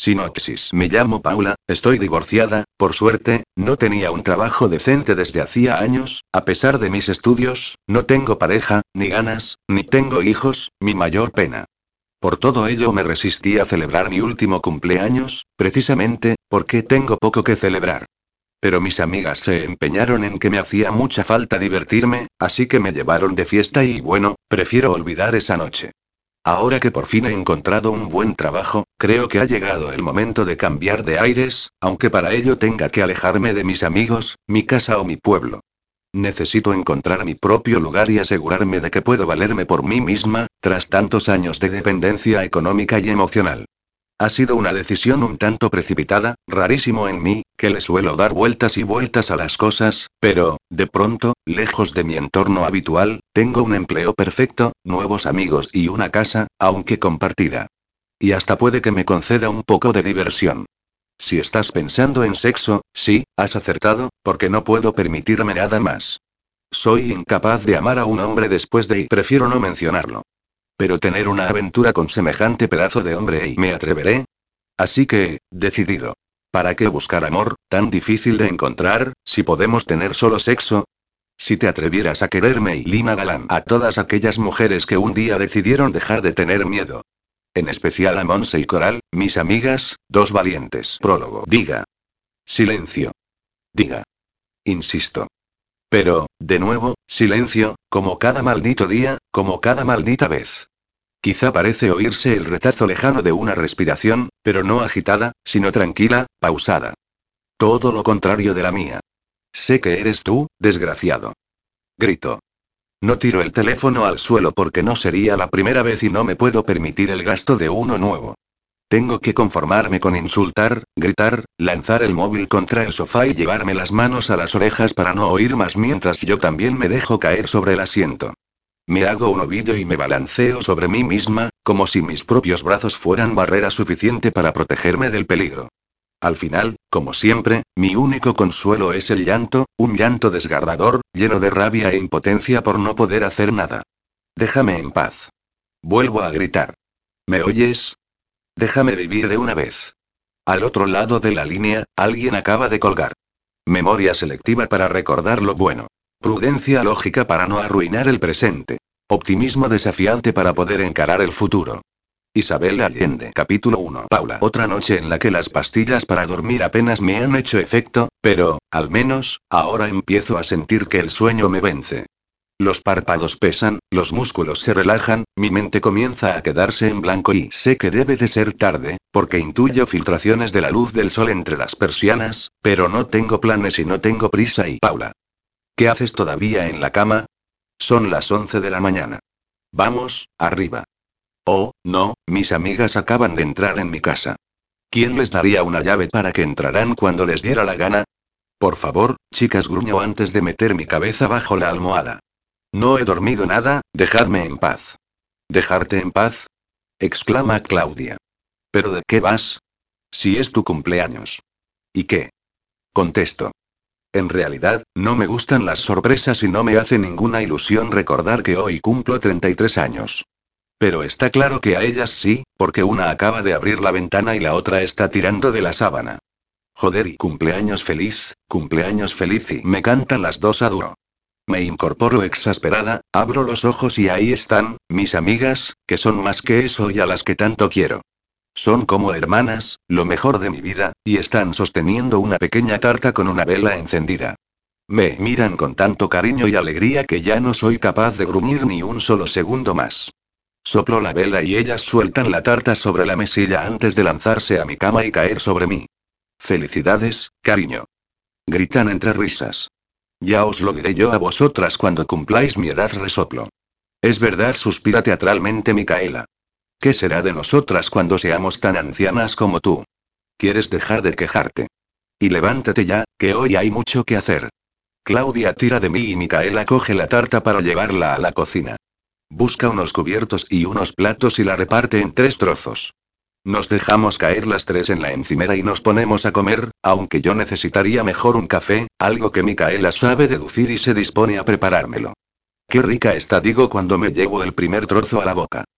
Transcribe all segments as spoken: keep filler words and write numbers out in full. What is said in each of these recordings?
Sinopsis. Me llamo Paula, estoy divorciada, por suerte, no tenía un trabajo decente desde hacía años, a pesar de mis estudios, no tengo pareja, ni ganas, ni tengo hijos, mi mayor pena. Por todo ello me resistí a celebrar mi último cumpleaños, precisamente, porque tengo poco que celebrar. Pero mis amigas se empeñaron en que me hacía mucha falta divertirme, así que me llevaron de fiesta y bueno, prefiero olvidar esa noche. Ahora que por fin he encontrado un buen trabajo, creo que ha llegado el momento de cambiar de aires, aunque para ello tenga que alejarme de mis amigos, mi casa o mi pueblo. Necesito encontrar mi propio lugar y asegurarme de que puedo valerme por mí misma, tras tantos años de dependencia económica y emocional. Ha sido una decisión un tanto precipitada, rarísimo en mí, que le suelo dar vueltas y vueltas a las cosas, pero, de pronto, lejos de mi entorno habitual, tengo un empleo perfecto, nuevos amigos y una casa, aunque compartida. Y hasta puede que me conceda un poco de diversión. Si estás pensando en sexo, sí, has acertado, porque no puedo permitirme nada más. Soy incapaz de amar a un hombre después de y prefiero no mencionarlo. Pero tener una aventura con semejante pedazo de hombre y me atreveré. Así que, decidido. ¿Para qué buscar amor, tan difícil de encontrar, si podemos tener solo sexo? Si te atrevieras a quererme y Lina Galán a todas aquellas mujeres que un día decidieron dejar de tener miedo. En especial a Monse y Coral, mis amigas, dos valientes. Prólogo. Diga. Silencio. Diga. Insisto. Pero, de nuevo, silencio, como cada maldito día, como cada maldita vez. Quizá parece oírse el retazo lejano de una respiración, pero no agitada, sino tranquila, pausada. Todo lo contrario de la mía. Sé que eres tú, desgraciado. Grito. No tiro el teléfono al suelo porque no sería la primera vez y no me puedo permitir el gasto de uno nuevo. Tengo que conformarme con insultar, gritar, lanzar el móvil contra el sofá y llevarme las manos a las orejas para no oír más mientras yo también me dejo caer sobre el asiento. Me hago un ovillo y me balanceo sobre mí misma, como si mis propios brazos fueran barrera suficiente para protegerme del peligro. Al final, como siempre, mi único consuelo es el llanto, un llanto desgarrador, lleno de rabia e impotencia por no poder hacer nada. Déjame en paz. Vuelvo a gritar. ¿Me oyes? Déjame vivir de una vez. Al otro lado de la línea, alguien acaba de colgar. Memoria selectiva para recordar lo bueno. Prudencia lógica para no arruinar el presente. Optimismo desafiante para poder encarar el futuro. Isabel Allende. Capítulo uno. Paula. Otra noche en la que las pastillas para dormir apenas me han hecho efecto, pero, al menos, ahora empiezo a sentir que el sueño me vence. Los párpados pesan, los músculos se relajan, mi mente comienza a quedarse en blanco y sé que debe de ser tarde, porque intuyo filtraciones de la luz del sol entre las persianas, pero no tengo planes y no tengo prisa y Paula. ¿Qué haces todavía en la cama? Son las once de la mañana. Vamos, arriba. Oh, no, mis amigas acaban de entrar en mi casa. ¿Quién les daría una llave para que entraran cuando les diera la gana? Por favor, chicas, gruño antes de meter mi cabeza bajo la almohada. No he dormido nada, dejadme en paz. ¿Dejarte en paz? Exclama Claudia. ¿Pero de qué vas? Si es tu cumpleaños. ¿Y qué? Contesto. En realidad, no me gustan las sorpresas y no me hace ninguna ilusión recordar que hoy cumplo treinta y tres años. Pero está claro que a ellas sí, porque una acaba de abrir la ventana y la otra está tirando de la sábana. Joder, y cumpleaños feliz, cumpleaños feliz y me cantan las dos a dúo. Me incorporo exasperada, abro los ojos y ahí están, mis amigas, que son más que eso y a las que tanto quiero. Son como hermanas, lo mejor de mi vida, y están sosteniendo una pequeña tarta con una vela encendida. Me miran con tanto cariño y alegría que ya no soy capaz de gruñir ni un solo segundo más. Soplo la vela y ellas sueltan la tarta sobre la mesilla antes de lanzarse a mi cama y caer sobre mí. Felicidades, cariño. Gritan entre risas. Ya os lo diré yo a vosotras cuando cumpláis mi edad, resoplo. Es verdad, suspira teatralmente Micaela. ¿Qué será de nosotras cuando seamos tan ancianas como tú? ¿Quieres dejar de quejarte? Y levántate ya, que hoy hay mucho que hacer. Claudia tira de mí y Micaela coge la tarta para llevarla a la cocina. Busca unos cubiertos y unos platos y la reparte en tres trozos. Nos dejamos caer las tres en la encimera y nos ponemos a comer, aunque yo necesitaría mejor un café, algo que Micaela sabe deducir y se dispone a preparármelo. Qué rica está, digo cuando me llevo el primer trozo a la boca.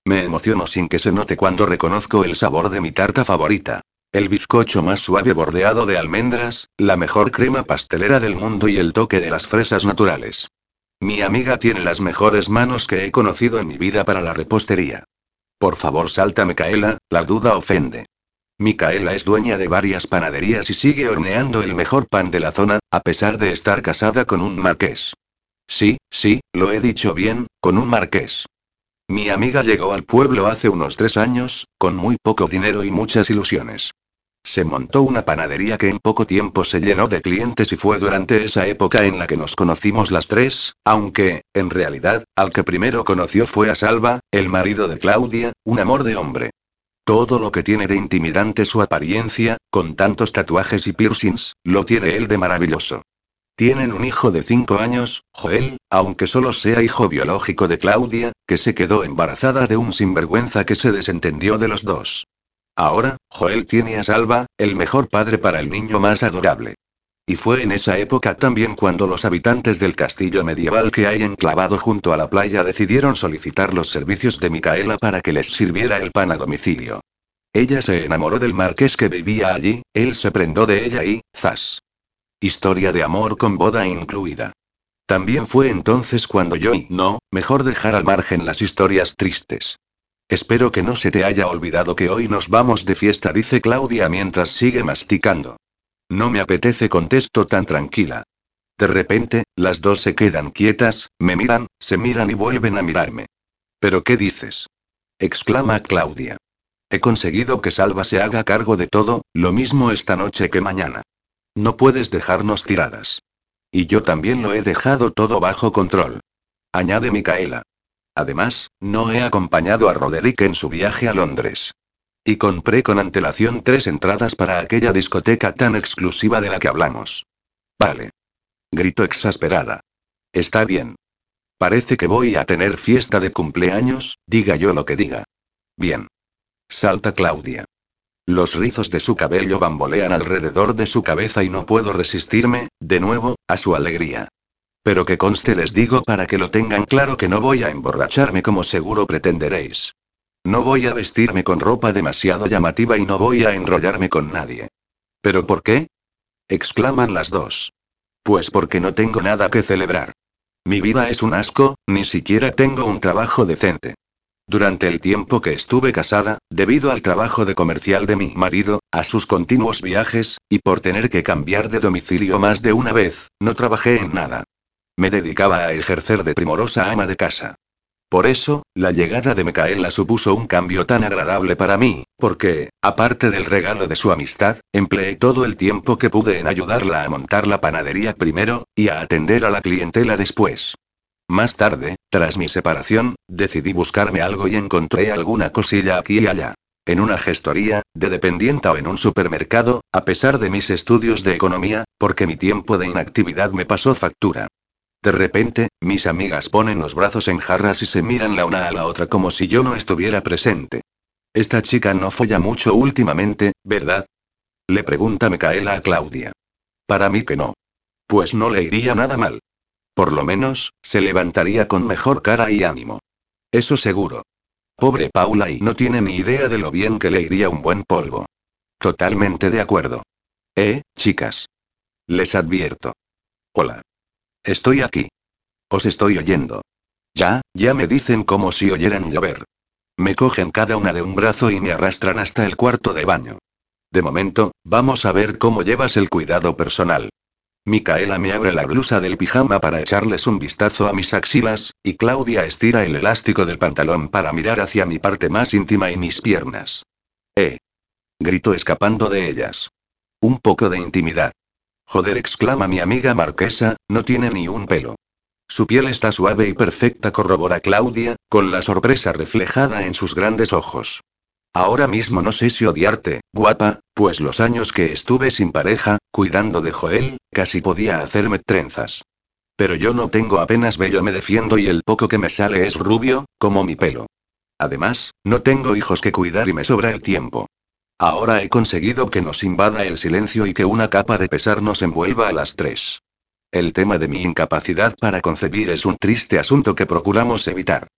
Me emociono sin que se note cuando reconozco el sabor de mi tarta favorita. El bizcocho más suave bordeado de almendras, la mejor crema pastelera del mundo y el toque de las fresas naturales. Mi amiga tiene las mejores manos que he conocido en mi vida para la repostería. Por favor, salta Micaela, la duda ofende. Micaela es dueña de varias panaderías y sigue horneando el mejor pan de la zona, a pesar de estar casada con un marqués. Sí, sí, lo he dicho bien, con un marqués. Mi amiga llegó al pueblo hace unos tres años, con muy poco dinero y muchas ilusiones. Se montó una panadería que en poco tiempo se llenó de clientes y fue durante esa época en la que nos conocimos las tres, aunque, en realidad, al que primero conoció fue a Salva, el marido de Claudia, un amor de hombre. Todo lo que tiene de intimidante su apariencia, con tantos tatuajes y piercings, lo tiene él de maravilloso. Tienen un hijo de cinco años, Joel, aunque solo sea hijo biológico de Claudia, que se quedó embarazada de un sinvergüenza que se desentendió de los dos. Ahora, Joel tiene a Salva, el mejor padre para el niño más adorable. Y fue en esa época también cuando los habitantes del castillo medieval que hay enclavado junto a la playa decidieron solicitar los servicios de Micaela para que les sirviera el pan a domicilio. Ella se enamoró del marqués que vivía allí, él se prendó de ella y, ¡zas! Historia de amor con boda incluida. También fue entonces cuando yo y no, mejor dejar al margen las historias tristes. Espero que no se te haya olvidado que hoy nos vamos de fiesta, dice Claudia mientras sigue masticando. No me apetece, contesto tan tranquila. De repente, las dos se quedan quietas, me miran, se miran y vuelven a mirarme. ¿Pero qué dices? Exclama Claudia. He conseguido que Salva se haga cargo de todo, lo mismo esta noche que mañana. No puedes dejarnos tiradas. Y yo también lo he dejado todo bajo control. Añade Micaela. Además, no he acompañado a Roderick en su viaje a Londres. Y compré con antelación tres entradas para aquella discoteca tan exclusiva de la que hablamos. Vale. Grito exasperada. Está bien. Parece que voy a tener fiesta de cumpleaños, diga yo lo que diga. Bien. Salta Claudia. Los rizos de su cabello bambolean alrededor de su cabeza y no puedo resistirme, de nuevo, a su alegría. Pero que conste, les digo para que lo tengan claro, que no voy a emborracharme como seguro pretenderéis. No voy a vestirme con ropa demasiado llamativa y no voy a enrollarme con nadie. ¿Pero por qué? Exclaman las dos. Pues porque no tengo nada que celebrar. Mi vida es un asco, ni siquiera tengo un trabajo decente. Durante el tiempo que estuve casada, debido al trabajo de comercial de mi marido, a sus continuos viajes, y por tener que cambiar de domicilio más de una vez, no trabajé en nada. Me dedicaba a ejercer de primorosa ama de casa. Por eso, la llegada de Micaela supuso un cambio tan agradable para mí, porque, aparte del regalo de su amistad, empleé todo el tiempo que pude en ayudarla a montar la panadería primero, y a atender a la clientela después. Más tarde, tras mi separación, decidí buscarme algo y encontré alguna cosilla aquí y allá. En una gestoría, de dependienta o en un supermercado, a pesar de mis estudios de economía, porque mi tiempo de inactividad me pasó factura. De repente, mis amigas ponen los brazos en jarras y se miran la una a la otra como si yo no estuviera presente. Esta chica no folla mucho últimamente, ¿verdad? Le pregunta Micaela a Claudia. Para mí que no. Pues no le iría nada mal. Por lo menos, se levantaría con mejor cara y ánimo. Eso seguro. Pobre Paula, y no tiene ni idea de lo bien que le iría un buen polvo. Totalmente de acuerdo. Eh, chicas. Les advierto. Hola. Estoy aquí. Os estoy oyendo. Ya, ya me dicen como si oyeran llover. Me cogen cada una de un brazo y me arrastran hasta el cuarto de baño. De momento, vamos a ver cómo llevas el cuidado personal. Micaela me abre la blusa del pijama para echarles un vistazo a mis axilas, y Claudia estira el elástico del pantalón para mirar hacia mi parte más íntima y mis piernas. ¡Eh! Grito escapando de ellas. Un poco de intimidad. Joder, exclama mi amiga marquesa, no tiene ni un pelo. Su piel está suave y perfecta, corrobora Claudia, con la sorpresa reflejada en sus grandes ojos. Ahora mismo no sé si odiarte, guapa, pues los años que estuve sin pareja, cuidando de Joel, casi podía hacerme trenzas. Pero yo no tengo apenas vello, me defiendo, y el poco que me sale es rubio, como mi pelo. Además, no tengo hijos que cuidar y me sobra el tiempo. Ahora he conseguido que nos invada el silencio y que una capa de pesar nos envuelva a las tres. El tema de mi incapacidad para concebir es un triste asunto que procuramos evitar.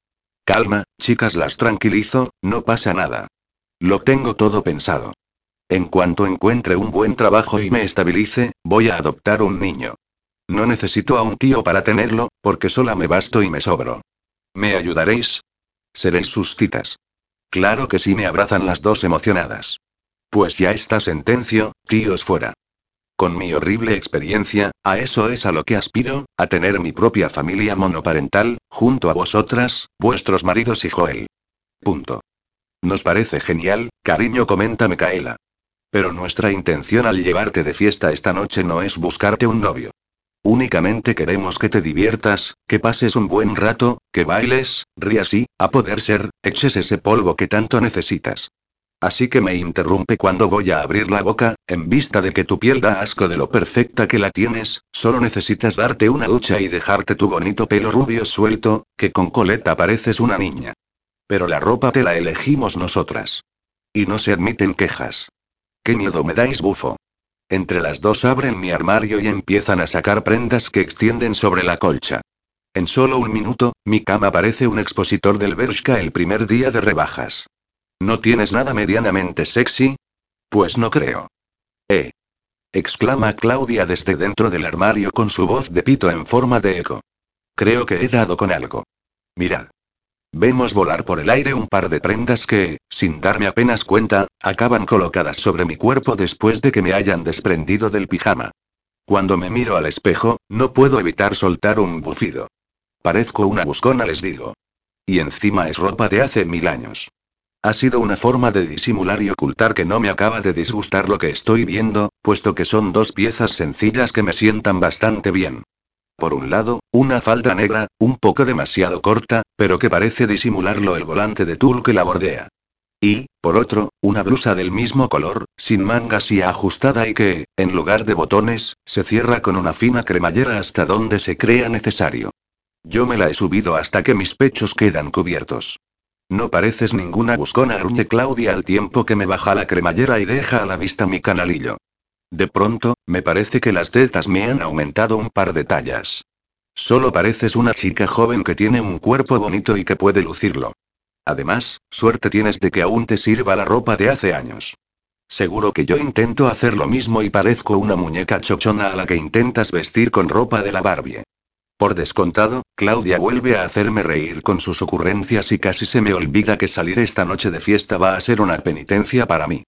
Calma, chicas, las tranquilizo, no pasa nada. Lo tengo todo pensado. En cuanto encuentre un buen trabajo y me estabilice, voy a adoptar un niño. No necesito a un tío para tenerlo, porque sola me basto y me sobro. ¿Me ayudaréis? Seréis sus titas. Claro que sí, me abrazan las dos emocionadas. Pues ya está, sentencio, tíos fuera. Con mi horrible experiencia, a eso es a lo que aspiro, a tener mi propia familia monoparental, junto a vosotras, vuestros maridos y Joel. Punto. Nos parece genial, cariño, comenta Micaela. Pero nuestra intención al llevarte de fiesta esta noche no es buscarte un novio. Únicamente queremos que te diviertas, que pases un buen rato, que bailes, rías y, a poder ser, eches ese polvo que tanto necesitas. Así que me interrumpe cuando voy a abrir la boca, en vista de que tu piel da asco de lo perfecta que la tienes, solo necesitas darte una ducha y dejarte tu bonito pelo rubio suelto, que con coleta pareces una niña. Pero la ropa te la elegimos nosotras. Y no se admiten quejas. ¡Qué miedo me dais, bufo! Entre las dos abren mi armario y empiezan a sacar prendas que extienden sobre la colcha. En solo un minuto, mi cama parece un expositor del Bershka el primer día de rebajas. ¿No tienes nada medianamente sexy? Pues no creo. Eh. Exclama Claudia desde dentro del armario con su voz de pito en forma de eco. Creo que he dado con algo. Mirad. Vemos volar por el aire un par de prendas que, sin darme apenas cuenta, acaban colocadas sobre mi cuerpo después de que me hayan desprendido del pijama. Cuando me miro al espejo, no puedo evitar soltar un bufido. Parezco una buscona, les digo. Y encima es ropa de hace mil años. Ha sido una forma de disimular y ocultar que no me acaba de disgustar lo que estoy viendo, puesto que son dos piezas sencillas que me sientan bastante bien. Por un lado, una falda negra, un poco demasiado corta, pero que parece disimularlo el volante de tul que la bordea. Y, por otro, una blusa del mismo color, sin mangas y ajustada y que, en lugar de botones, se cierra con una fina cremallera hasta donde se crea necesario. Yo me la he subido hasta que mis pechos quedan cubiertos. No pareces ninguna buscona, gruñe Claudia al tiempo que me baja la cremallera y deja a la vista mi canalillo. De pronto, me parece que las tetas me han aumentado un par de tallas. Solo pareces una chica joven que tiene un cuerpo bonito y que puede lucirlo. Además, suerte tienes de que aún te sirva la ropa de hace años. Seguro que yo intento hacer lo mismo y parezco una muñeca chochona a la que intentas vestir con ropa de la Barbie. Por descontado, Claudia vuelve a hacerme reír con sus ocurrencias y casi se me olvida que salir esta noche de fiesta va a ser una penitencia para mí.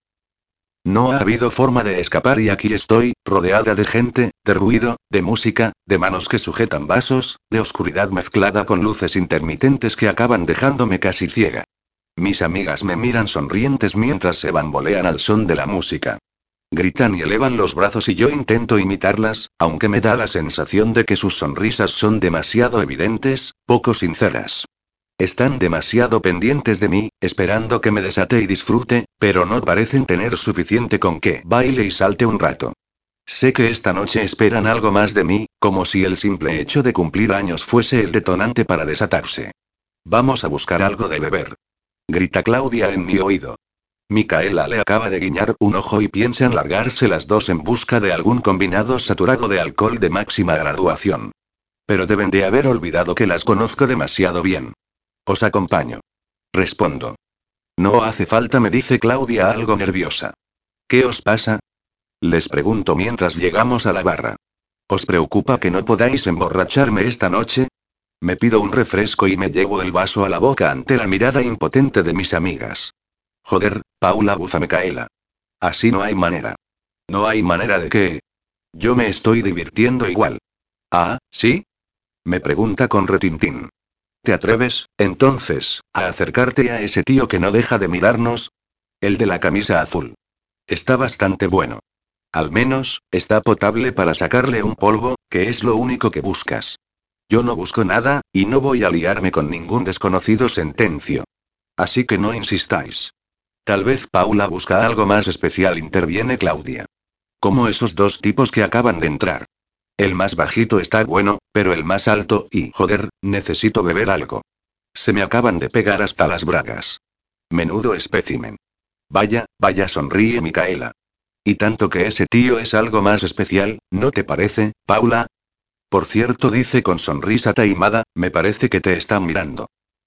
No ha habido forma de escapar y aquí estoy, rodeada de gente, de ruido, de música, de manos que sujetan vasos, de oscuridad mezclada con luces intermitentes que acaban dejándome casi ciega. Mis amigas me miran sonrientes mientras se bambolean al son de la música. Gritan y elevan los brazos y yo intento imitarlas, aunque me da la sensación de que sus sonrisas son demasiado evidentes, poco sinceras. Están demasiado pendientes de mí, esperando que me desate y disfrute, pero no parecen tener suficiente con que baile y salte un rato. Sé que esta noche esperan algo más de mí, como si el simple hecho de cumplir años fuese el detonante para desatarse. Vamos a buscar algo de beber. Grita Claudia en mi oído. Micaela le acaba de guiñar un ojo y piensan largarse las dos en busca de algún combinado saturado de alcohol de máxima graduación. Pero deben de haber olvidado que las conozco demasiado bien. Os acompaño. Respondo. No hace falta, me dice Claudia algo nerviosa. ¿Qué os pasa? Les pregunto mientras llegamos a la barra. ¿Os preocupa que no podáis emborracharme esta noche? Me pido un refresco y me llevo el vaso a la boca ante la mirada impotente de mis amigas. Joder, Paula, bufa Micaela. Así no hay manera. No hay manera de que... Yo me estoy divirtiendo igual. Ah, ¿sí? Me pregunta con retintín. ¿Te atreves, entonces, a acercarte a ese tío que no deja de mirarnos? El de la camisa azul. Está bastante bueno. Al menos, está potable para sacarle un polvo, que es lo único que buscas. Yo no busco nada, y no voy a liarme con ningún desconocido, sentencio. Así que no insistáis. Tal vez Paula busca algo más especial, interviene Claudia. Como esos dos tipos que acaban de entrar. El más bajito está bueno, pero el más alto y, joder, necesito beber algo. Se me acaban de pegar hasta las bragas. Menudo espécimen. Vaya, vaya, sonríe Micaela. Y tanto que ese tío es algo más especial, ¿no te parece, Paula? Por cierto, dice con sonrisa taimada, me parece que te están mirando.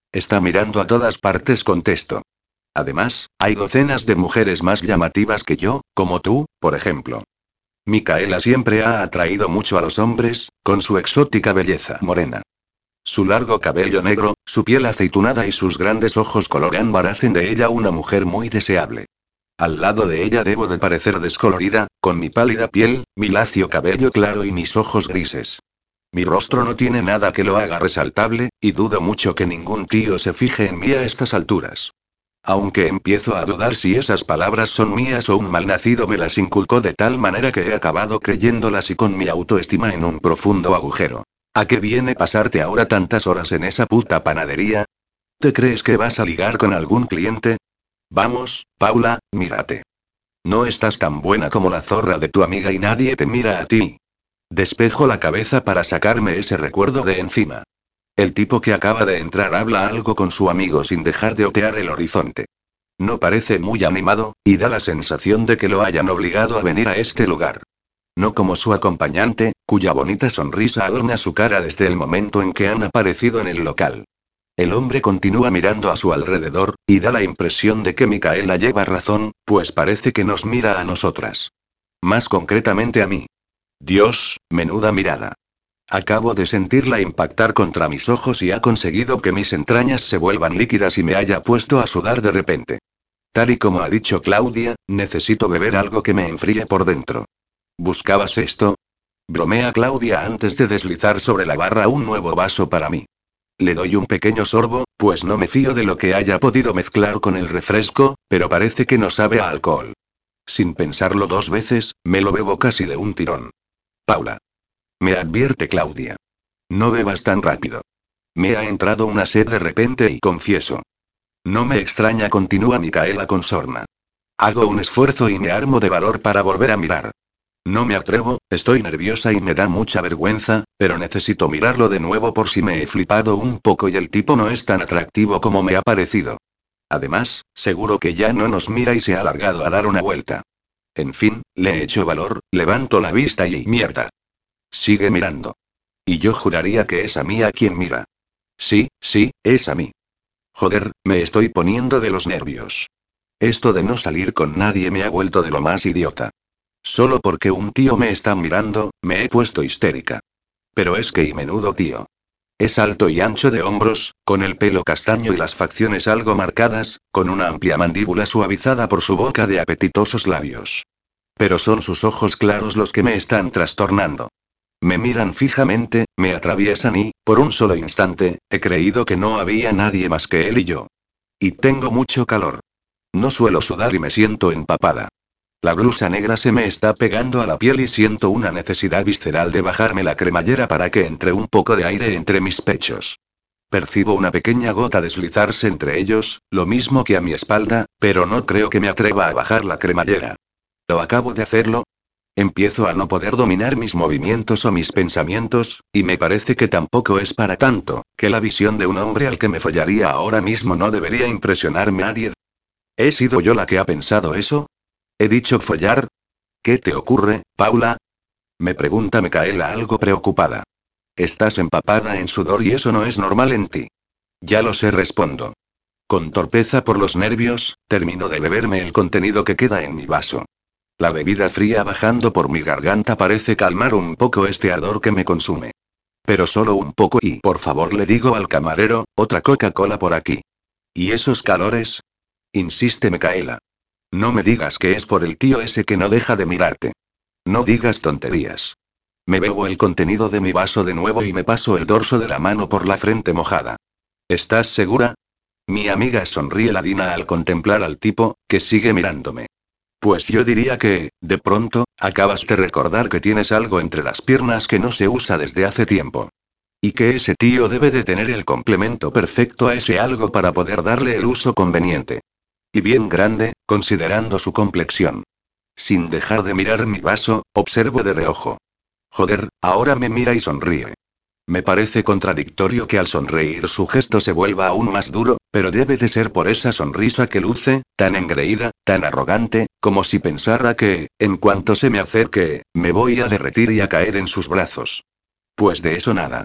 Está mirando a todas partes, contesto. Además, hay docenas de mujeres más llamativas que yo, como tú, por ejemplo. Micaela siempre ha atraído mucho a los hombres, con su exótica belleza morena. Su largo cabello negro, su piel aceitunada y sus grandes ojos color ámbar hacen de ella una mujer muy deseable. Al lado de ella debo de parecer descolorida, con mi pálida piel, mi lacio cabello claro y mis ojos grises. Mi rostro no tiene nada que lo haga resaltable, y dudo mucho que ningún tío se fije en mí a estas alturas. Aunque empiezo a dudar si esas palabras son mías o un malnacido me las inculcó de tal manera que he acabado creyéndolas y con mi autoestima en un profundo agujero. ¿A qué viene pasarte ahora tantas horas en esa puta panadería? ¿Te crees que vas a ligar con algún cliente? Vamos, Paula, mírate. No estás tan buena como la zorra de tu amiga y nadie te mira a ti. Despejo la cabeza para sacarme ese recuerdo de encima. El tipo que acaba de entrar habla algo con su amigo sin dejar de otear el horizonte. No parece muy animado, y da la sensación de que lo hayan obligado a venir a este lugar. No como su acompañante, cuya bonita sonrisa adorna su cara desde el momento en que han aparecido en el local. El hombre continúa mirando a su alrededor, y da la impresión de que Micaela lleva razón, pues parece que nos mira a nosotras. Más concretamente a mí. Dios, menuda mirada. Acabo de sentirla impactar contra mis ojos y ha conseguido que mis entrañas se vuelvan líquidas y me haya puesto a sudar de repente. Tal y como ha dicho Claudia, necesito beber algo que me enfríe por dentro. ¿Buscabas esto? Bromea Claudia antes de deslizar sobre la barra un nuevo vaso para mí. Le doy un pequeño sorbo, pues no me fío de lo que haya podido mezclar con el refresco, pero parece que no sabe a alcohol. Sin pensarlo dos veces, me lo bebo casi de un tirón. Paula. Me advierte Claudia. No bebas tan rápido. Me ha entrado una sed de repente y confieso. No me extraña, continúa Micaela con sorna. Hago un esfuerzo y me armo de valor para volver a mirar. No me atrevo, estoy nerviosa y me da mucha vergüenza, pero necesito mirarlo de nuevo por si me he flipado un poco y el tipo no es tan atractivo como me ha parecido. Además, seguro que ya no nos mira y se ha largado a dar una vuelta. En fin, le echo valor, levanto la vista y mierda. Sigue mirando. Y yo juraría que es a mí a quien mira. Sí, sí, es a mí. Joder, me estoy poniendo de los nervios. Esto de no salir con nadie me ha vuelto de lo más idiota. Solo porque un tío me está mirando, me he puesto histérica. Pero es que y menudo tío. Es alto y ancho de hombros, con el pelo castaño y las facciones algo marcadas, con una amplia mandíbula suavizada por su boca de apetitosos labios. Pero son sus ojos claros los que me están trastornando. Me miran fijamente, me atraviesan y, por un solo instante, he creído que no había nadie más que él y yo. Y tengo mucho calor. No suelo sudar y me siento empapada. La blusa negra se me está pegando a la piel y siento una necesidad visceral de bajarme la cremallera para que entre un poco de aire entre mis pechos. Percibo una pequeña gota deslizarse entre ellos, lo mismo que a mi espalda, pero no creo que me atreva a bajar la cremallera. ¿Lo acabo de hacerlo? Empiezo a no poder dominar mis movimientos o mis pensamientos, y me parece que tampoco es para tanto, que la visión de un hombre al que me follaría ahora mismo no debería impresionarme a nadie. ¿He sido yo la que ha pensado eso? ¿He dicho follar? ¿Qué te ocurre, Paula? Me pregunta Micaela algo preocupada. Estás empapada en sudor y eso no es normal en ti. Ya lo sé, respondo. Con torpeza por los nervios, termino de beberme el contenido que queda en mi vaso. La bebida fría bajando por mi garganta parece calmar un poco este ardor que me consume. Pero solo un poco y por favor le digo al camarero, otra Coca-Cola por aquí. ¿Y esos calores? Insiste Micaela. No me digas que es por el tío ese que no deja de mirarte. No digas tonterías. Me bebo el contenido de mi vaso de nuevo y me paso el dorso de la mano por la frente mojada. ¿Estás segura? Mi amiga sonríe ladina al contemplar al tipo, que sigue mirándome. Pues yo diría que, de pronto, acabas de recordar que tienes algo entre las piernas que no se usa desde hace tiempo. Y que ese tío debe de tener el complemento perfecto a ese algo para poder darle el uso conveniente. Y bien grande, considerando su complexión. Sin dejar de mirar mi vaso, observo de reojo. Joder, ahora me mira y sonríe. Me parece contradictorio que al sonreír su gesto se vuelva aún más duro, pero debe de ser por esa sonrisa que luce, tan engreída, tan arrogante, como si pensara que, en cuanto se me acerque, me voy a derretir y a caer en sus brazos. Pues de eso nada.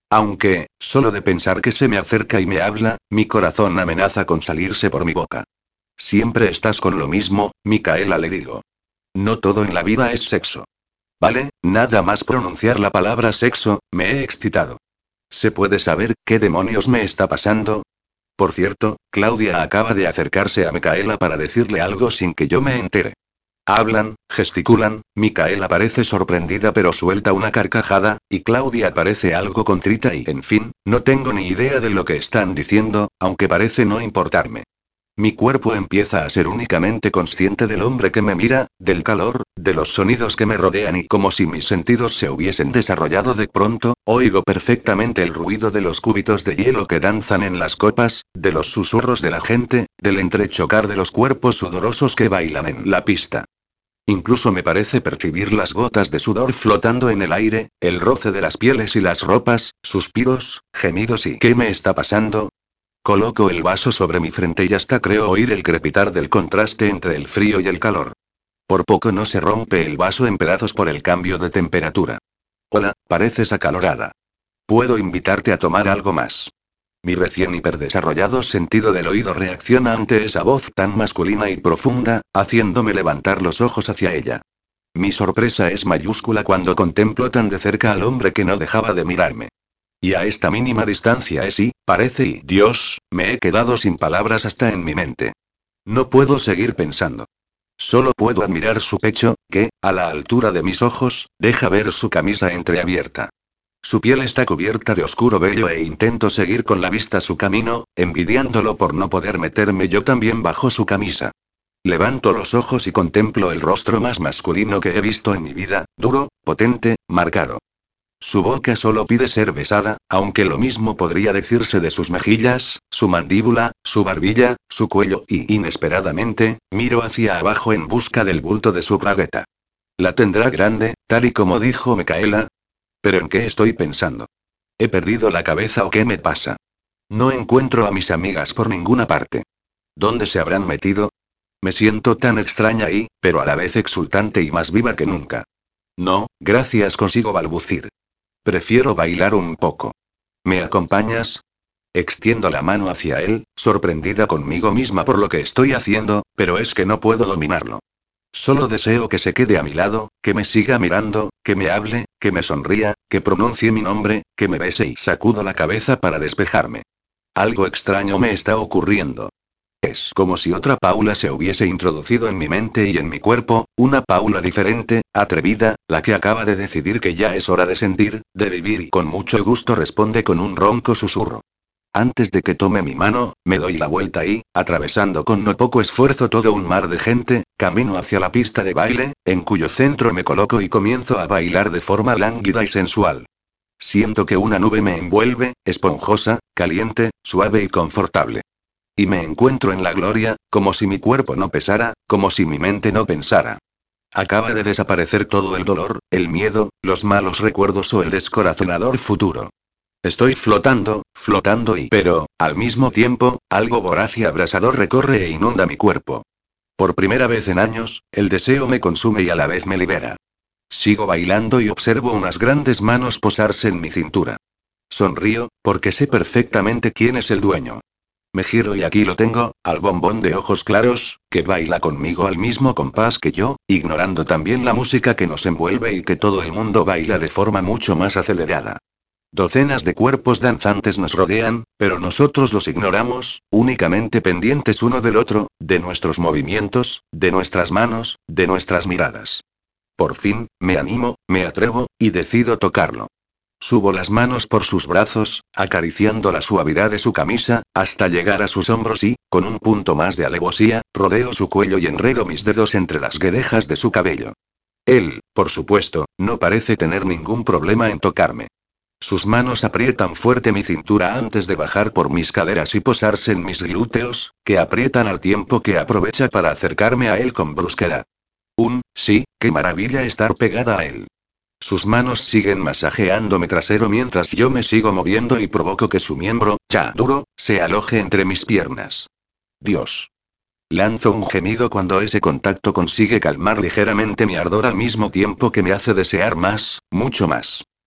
Aunque, solo de pensar que se me acerca y me habla, mi corazón amenaza con salirse por mi boca. Siempre estás con lo mismo, Micaela, le digo. No todo en la vida es sexo. Vale, nada más pronunciar la palabra sexo, me he excitado. ¿Se puede saber qué demonios me está pasando? Por cierto, Claudia acaba de acercarse a Micaela para decirle algo sin que yo me entere. Hablan, gesticulan, Micaela parece sorprendida pero suelta una carcajada, y Claudia parece algo contrita y, en fin, no tengo ni idea de lo que están diciendo, aunque parece no importarme. Mi cuerpo empieza a ser únicamente consciente del hombre que me mira, del calor, de los sonidos que me rodean y como si mis sentidos se hubiesen desarrollado de pronto, oigo perfectamente el ruido de los cúbitos de hielo que danzan en las copas, de los susurros de la gente, del entrechocar de los cuerpos sudorosos que bailan en la pista. Incluso me parece percibir las gotas de sudor flotando en el aire, el roce de las pieles y las ropas, suspiros, gemidos y ¿qué me está pasando? Coloco el vaso sobre mi frente y hasta creo oír el crepitar del contraste entre el frío y el calor. Por poco no se rompe el vaso en pedazos por el cambio de temperatura. Hola, pareces acalorada. ¿Puedo invitarte a tomar algo más? Mi recién hiperdesarrollado sentido del oído reacciona ante esa voz tan masculina y profunda, haciéndome levantar los ojos hacia ella. Mi sorpresa es mayúscula cuando contemplo tan de cerca al hombre que no dejaba de mirarme. Y a esta mínima distancia es y, parece y, Dios, me he quedado sin palabras hasta en mi mente. No puedo seguir pensando. Solo puedo admirar su pecho, que, a la altura de mis ojos, deja ver su camisa entreabierta. Su piel está cubierta de oscuro vello e intento seguir con la vista su camino, envidiándolo por no poder meterme yo también bajo su camisa. Levanto los ojos y contemplo el rostro más masculino que he visto en mi vida, duro, potente, marcado. Su boca solo pide ser besada, aunque lo mismo podría decirse de sus mejillas, su mandíbula, su barbilla, su cuello y, inesperadamente, miro hacia abajo en busca del bulto de su bragueta. ¿La tendrá grande, tal y como dijo Micaela? ¿Pero en qué estoy pensando? ¿He perdido la cabeza o qué me pasa? No encuentro a mis amigas por ninguna parte. ¿Dónde se habrán metido? Me siento tan extraña y, pero a la vez exultante y más viva que nunca. No, gracias, consigo balbucir. Prefiero bailar un poco. ¿Me acompañas? Extiendo la mano hacia él, sorprendida conmigo misma por lo que estoy haciendo, pero es que no puedo dominarlo. Solo deseo que se quede a mi lado, que me siga mirando, que me hable, que me sonría, que pronuncie mi nombre, que me bese y sacudo la cabeza para despejarme. Algo extraño me está ocurriendo. Es como si otra Paula se hubiese introducido en mi mente y en mi cuerpo, una Paula diferente, atrevida, la que acaba de decidir que ya es hora de sentir, de vivir y con mucho gusto responde con un ronco susurro. Antes de que tome mi mano, me doy la vuelta y, atravesando con no poco esfuerzo todo un mar de gente, camino hacia la pista de baile, en cuyo centro me coloco y comienzo a bailar de forma lánguida y sensual. Siento que una nube me envuelve, esponjosa, caliente, suave y confortable. Y me encuentro en la gloria, como si mi cuerpo no pesara, como si mi mente no pensara. Acaba de desaparecer todo el dolor, el miedo, los malos recuerdos o el descorazonador futuro. Estoy flotando, flotando y, pero, al mismo tiempo, algo voraz y abrasador recorre e inunda mi cuerpo. Por primera vez en años, el deseo me consume y a la vez me libera. Sigo bailando y observo unas grandes manos posarse en mi cintura. Sonrío, porque sé perfectamente quién es el dueño. Me giro y aquí lo tengo, al bombón de ojos claros, que baila conmigo al mismo compás que yo, ignorando también la música que nos envuelve y que todo el mundo baila de forma mucho más acelerada. Docenas de cuerpos danzantes nos rodean, pero nosotros los ignoramos, únicamente pendientes uno del otro, de nuestros movimientos, de nuestras manos, de nuestras miradas. Por fin, me animo, me atrevo, y decido tocarlo. Subo las manos por sus brazos, acariciando la suavidad de su camisa, hasta llegar a sus hombros y, con un punto más de alevosía, rodeo su cuello y enredo mis dedos entre las guedejas de su cabello. Él, por supuesto, no parece tener ningún problema en tocarme. Sus manos aprietan fuerte mi cintura antes de bajar por mis caderas y posarse en mis glúteos, que aprietan al tiempo que aprovecha para acercarme a él con brusquedad. Un, sí, qué maravilla estar pegada a él. Sus manos siguen masajeando mi trasero mientras yo me sigo moviendo y provoco que su miembro, ya duro, se aloje entre mis piernas. Dios. Lanzo un gemido cuando ese contacto consigue calmar ligeramente mi ardor al mismo tiempo que me hace desear más, mucho más.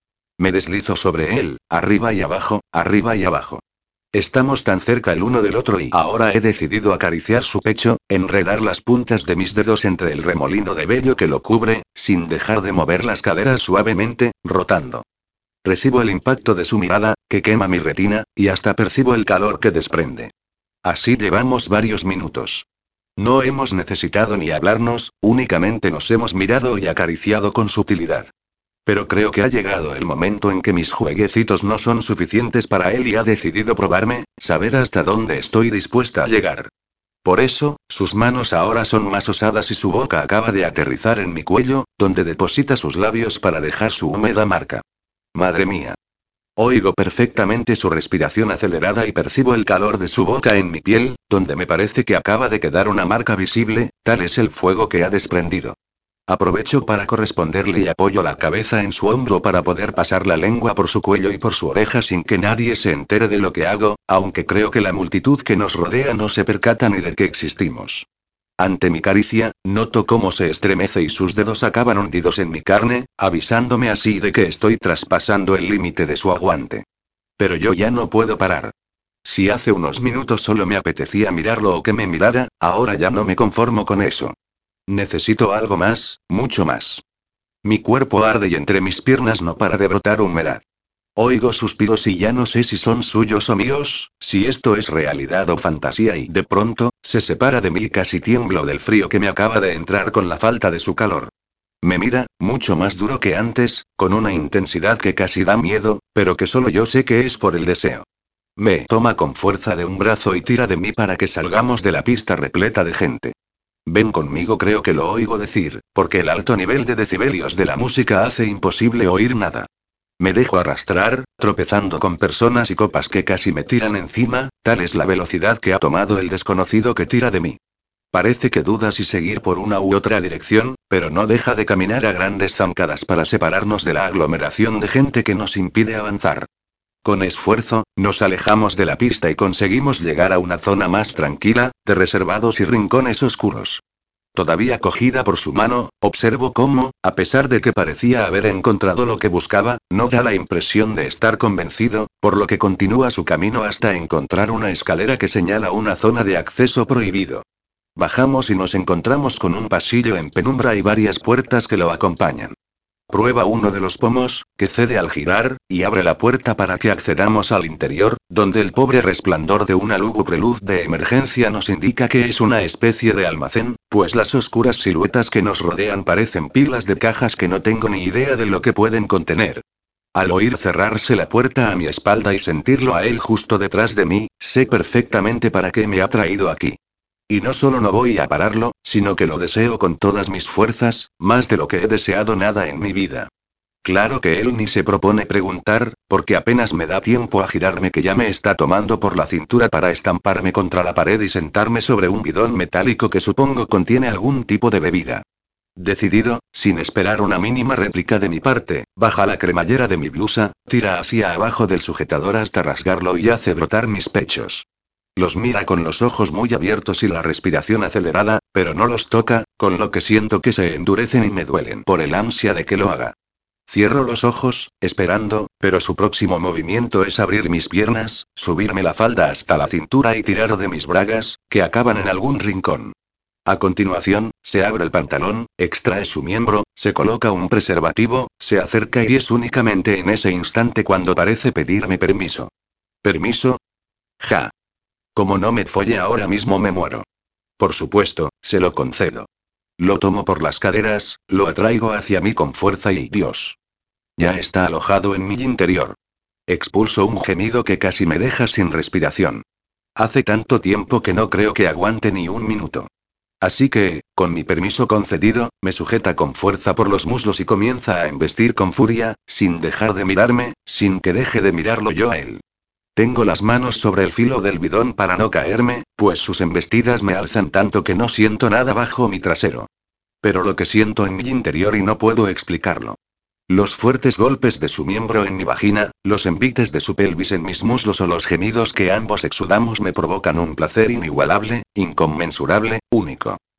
Me deslizo sobre él, arriba y abajo, arriba y abajo. Estamos tan cerca el uno del otro y ahora he decidido acariciar su pecho, enredar las puntas de mis dedos entre el remolino de vello que lo cubre, sin dejar de mover las caderas suavemente, rotando. Recibo el impacto de su mirada, que quema mi retina, y hasta percibo el calor que desprende. Así llevamos varios minutos. No hemos necesitado ni hablarnos, únicamente nos hemos mirado y acariciado con sutilidad. Pero creo que ha llegado el momento en que mis jueguecitos no son suficientes para él y ha decidido probarme, saber hasta dónde estoy dispuesta a llegar. Por eso, sus manos ahora son más osadas y su boca acaba de aterrizar en mi cuello, donde deposita sus labios para dejar su húmeda marca. Madre mía. Oigo perfectamente su respiración acelerada y percibo el calor de su boca en mi piel, donde me parece que acaba de quedar una marca visible, tal es el fuego que ha desprendido. Aprovecho para corresponderle y apoyo la cabeza en su hombro para poder pasar la lengua por su cuello y por su oreja sin que nadie se entere de lo que hago, aunque creo que la multitud que nos rodea no se percata ni de que existimos. Ante mi caricia, noto cómo se estremece y sus dedos acaban hundidos en mi carne, avisándome así de que estoy traspasando el límite de su aguante. Pero yo ya no puedo parar. Si hace unos minutos solo me apetecía mirarlo o que me mirara, ahora ya no me conformo con eso. Necesito algo más, mucho más. Mi cuerpo arde y entre mis piernas no para de brotar humedad. Oigo suspiros y ya no sé si son suyos o míos, si esto es realidad o fantasía y de pronto, se separa de mí y casi tiemblo del frío que me acaba de entrar con la falta de su calor. Me mira, mucho más duro que antes, con una intensidad que casi da miedo, pero que solo yo sé que es por el deseo. Me toma con fuerza de un brazo y tira de mí para que salgamos de la pista repleta de gente. Ven conmigo, creo que lo oigo decir, porque el alto nivel de decibelios de la música hace imposible oír nada. Me dejo arrastrar, tropezando con personas y copas que casi me tiran encima, tal es la velocidad que ha tomado el desconocido que tira de mí. Parece que duda si seguir por una u otra dirección, pero no deja de caminar a grandes zancadas para separarnos de la aglomeración de gente que nos impide avanzar. Con esfuerzo, nos alejamos de la pista y conseguimos llegar a una zona más tranquila, de reservados y rincones oscuros. Todavía cogida por su mano, observo cómo, a pesar de que parecía haber encontrado lo que buscaba, no da la impresión de estar convencido, por lo que continúa su camino hasta encontrar una escalera que señala una zona de acceso prohibido. Bajamos y nos encontramos con un pasillo en penumbra y varias puertas que lo acompañan. Prueba uno de los pomos, que cede al girar, y abre la puerta para que accedamos al interior, donde el pobre resplandor de una lúgubre luz de emergencia nos indica que es una especie de almacén, pues las oscuras siluetas que nos rodean parecen pilas de cajas que no tengo ni idea de lo que pueden contener. Al oír cerrarse la puerta a mi espalda y sentirlo a él justo detrás de mí, sé perfectamente para qué me ha traído aquí. Y no solo no voy a pararlo, sino que lo deseo con todas mis fuerzas, más de lo que he deseado nada en mi vida. Claro que él ni se propone preguntar, porque apenas me da tiempo a girarme que ya me está tomando por la cintura para estamparme contra la pared y sentarme sobre un bidón metálico que supongo contiene algún tipo de bebida. Decidido, sin esperar una mínima réplica de mi parte, baja la cremallera de mi blusa, tira hacia abajo del sujetador hasta rasgarlo y hace brotar mis pechos. Los mira con los ojos muy abiertos y la respiración acelerada, pero no los toca, con lo que siento que se endurecen y me duelen por el ansia de que lo haga. Cierro los ojos, esperando, pero su próximo movimiento es abrir mis piernas, subirme la falda hasta la cintura y tirar de mis bragas, que acaban en algún rincón. A continuación, se abre el pantalón, extrae su miembro, se coloca un preservativo, se acerca y es únicamente en ese instante cuando parece pedirme permiso. ¿Permiso? Ja. Como no me folle ahora mismo me muero. Por supuesto, se lo concedo. Lo tomo por las caderas, lo atraigo hacia mí con fuerza y Dios. Ya está alojado en mi interior. Expulso un gemido que casi me deja sin respiración. Hace tanto tiempo que no creo que aguante ni un minuto. Así que, con mi permiso concedido, me sujeta con fuerza por los muslos y comienza a embestir con furia, sin dejar de mirarme, sin que deje de mirarlo yo a él. Tengo las manos sobre el filo del bidón para no caerme, pues sus embestidas me alzan tanto que no siento nada bajo mi trasero. Pero lo que siento en mi interior y no puedo explicarlo. Los fuertes golpes de su miembro en mi vagina, los envites de su pelvis en mis muslos o los gemidos que ambos exudamos me provocan un placer inigualable, inconmensurable, único.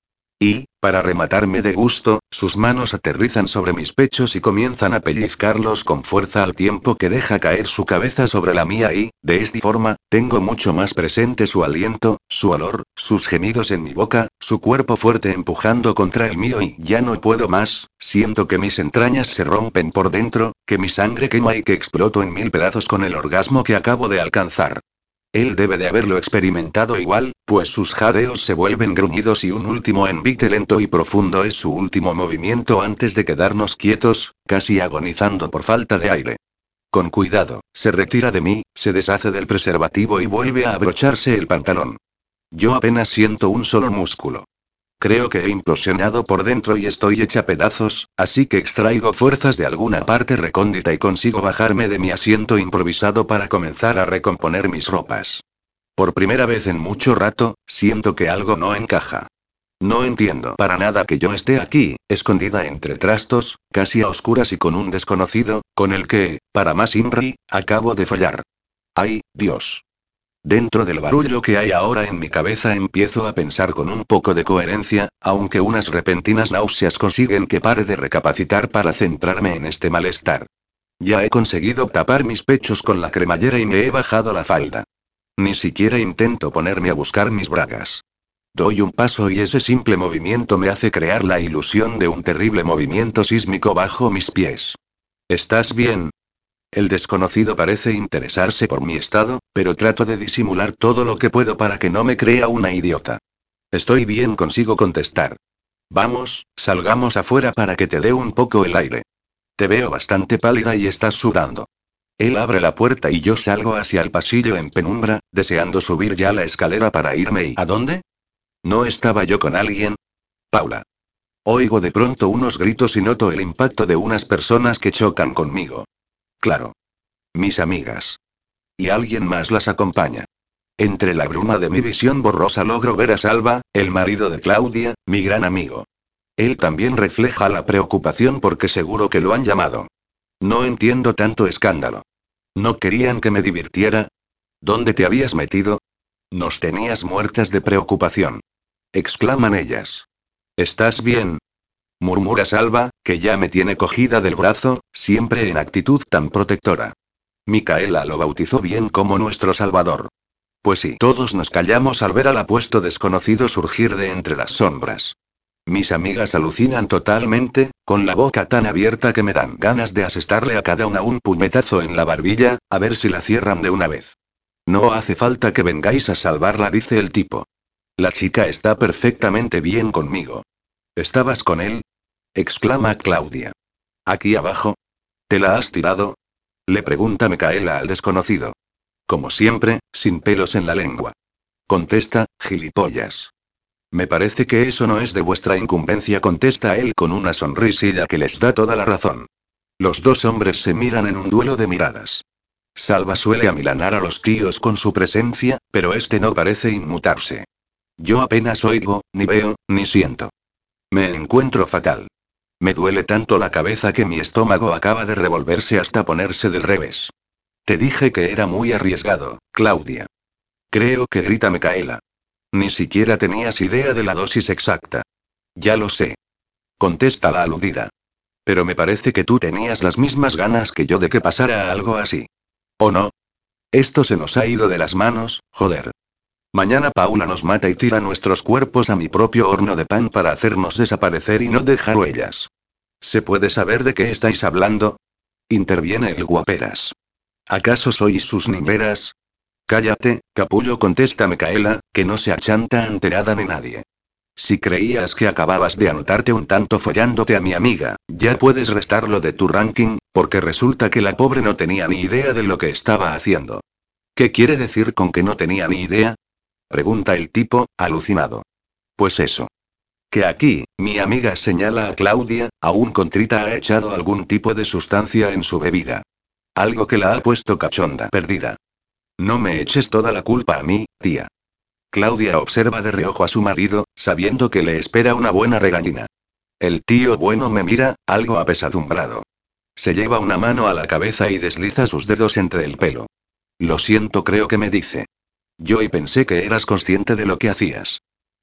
Y, para rematarme de gusto, sus manos aterrizan sobre mis pechos y comienzan a pellizcarlos con fuerza al tiempo que deja caer su cabeza sobre la mía y, de esta forma, tengo mucho más presente su aliento, su olor, sus gemidos en mi boca, su cuerpo fuerte empujando contra el mío y ya no puedo más, siento que mis entrañas se rompen por dentro, que mi sangre quema y que exploto en mil pedazos con el orgasmo que acabo de alcanzar. Él debe de haberlo experimentado igual, pues sus jadeos se vuelven gruñidos y un último envite lento y profundo es su último movimiento antes de quedarnos quietos, casi agonizando por falta de aire. Con cuidado, se retira de mí, se deshace del preservativo y vuelve a abrocharse el pantalón. Yo apenas siento un solo músculo. Creo que he implosionado por dentro y estoy hecha pedazos, así que extraigo fuerzas de alguna parte recóndita y consigo bajarme de mi asiento improvisado para comenzar a recomponer mis ropas. Por primera vez en mucho rato, siento que algo no encaja. No entiendo para nada que yo esté aquí, escondida entre trastos, casi a oscuras y con un desconocido, con el que, para más Inri, acabo de follar. ¡Ay, Dios! Dentro del barullo que hay ahora en mi cabeza empiezo a pensar con un poco de coherencia, aunque unas repentinas náuseas consiguen que pare de recapacitar para centrarme en este malestar. Ya he conseguido tapar mis pechos con la cremallera y me he bajado la falda. Ni siquiera intento ponerme a buscar mis bragas. Doy un paso y ese simple movimiento me hace crear la ilusión de un terrible movimiento sísmico bajo mis pies. ¿Estás bien? El desconocido parece interesarse por mi estado, pero trato de disimular todo lo que puedo para que no me crea una idiota. Estoy bien, consigo contestar. Vamos, salgamos afuera para que te dé un poco el aire. Te veo bastante pálida y estás sudando. Él abre la puerta y yo salgo hacia el pasillo en penumbra, deseando subir ya la escalera para irme y ¿a dónde? ¿No estaba yo con alguien? Paula. Oigo de pronto unos gritos y noto el impacto de unas personas que chocan conmigo. Claro. Mis amigas. Y alguien más las acompaña. Entre la bruma de mi visión borrosa logro ver a Salva, el marido de Claudia, mi gran amigo. Él también refleja la preocupación porque seguro que lo han llamado. No entiendo tanto escándalo. ¿No querían que me divirtiera? ¿Dónde te habías metido? Nos tenías muertas de preocupación. Exclaman ellas. ¿Estás bien? Murmura Salva, que ya me tiene cogida del brazo, siempre en actitud tan protectora. Micaela lo bautizó bien como nuestro salvador. Pues sí, todos nos callamos al ver al apuesto desconocido surgir de entre las sombras. Mis amigas alucinan totalmente, con la boca tan abierta que me dan ganas de asestarle a cada una un puñetazo en la barbilla, a ver si la cierran de una vez. No hace falta que vengáis a salvarla, dice el tipo. La chica está perfectamente bien conmigo. ¿Estabas con él? Exclama Claudia. ¿Aquí abajo? ¿Te la has tirado? Le pregunta Micaela al desconocido. Como siempre, sin pelos en la lengua. Contesta, gilipollas. Me parece que eso no es de vuestra incumbencia, contesta él con una sonrisilla que les da toda la razón. Los dos hombres se miran en un duelo de miradas. Salva suele amilanar a los tíos con su presencia, pero este no parece inmutarse. Yo apenas oigo, ni veo, ni siento. Me encuentro fatal. Me duele tanto la cabeza que mi estómago acaba de revolverse hasta ponerse del revés. Te dije que era muy arriesgado, Claudia. Creo que grita Micaela. Ni siquiera tenías idea de la dosis exacta. Ya lo sé. Contesta la aludida. Pero me parece que tú tenías las mismas ganas que yo de que pasara algo así. ¿O no? Esto se nos ha ido de las manos, joder. Mañana Paula nos mata y tira nuestros cuerpos a mi propio horno de pan para hacernos desaparecer y no dejar huellas. ¿Se puede saber de qué estáis hablando? Interviene el guaperas. ¿Acaso sois sus niñeras? Cállate, capullo, contesta Micaela, que no se achanta ante nada ni nadie. Si creías que acababas de anotarte un tanto follándote a mi amiga, ya puedes restarlo de tu ranking, porque resulta que la pobre no tenía ni idea de lo que estaba haciendo. ¿Qué quiere decir con que no tenía ni idea? Pregunta el tipo, alucinado. Pues eso. Que aquí, mi amiga señala a Claudia, aún contrita, ha echado algún tipo de sustancia en su bebida. Algo que la ha puesto cachonda, perdida. No me eches toda la culpa a mí, tía. Claudia observa de reojo a su marido, sabiendo que le espera una buena regañina. El tío bueno me mira, algo apesadumbrado. Se lleva una mano a la cabeza y desliza sus dedos entre el pelo. Lo siento, creo que me dice. Yo y pensé que eras consciente de lo que hacías.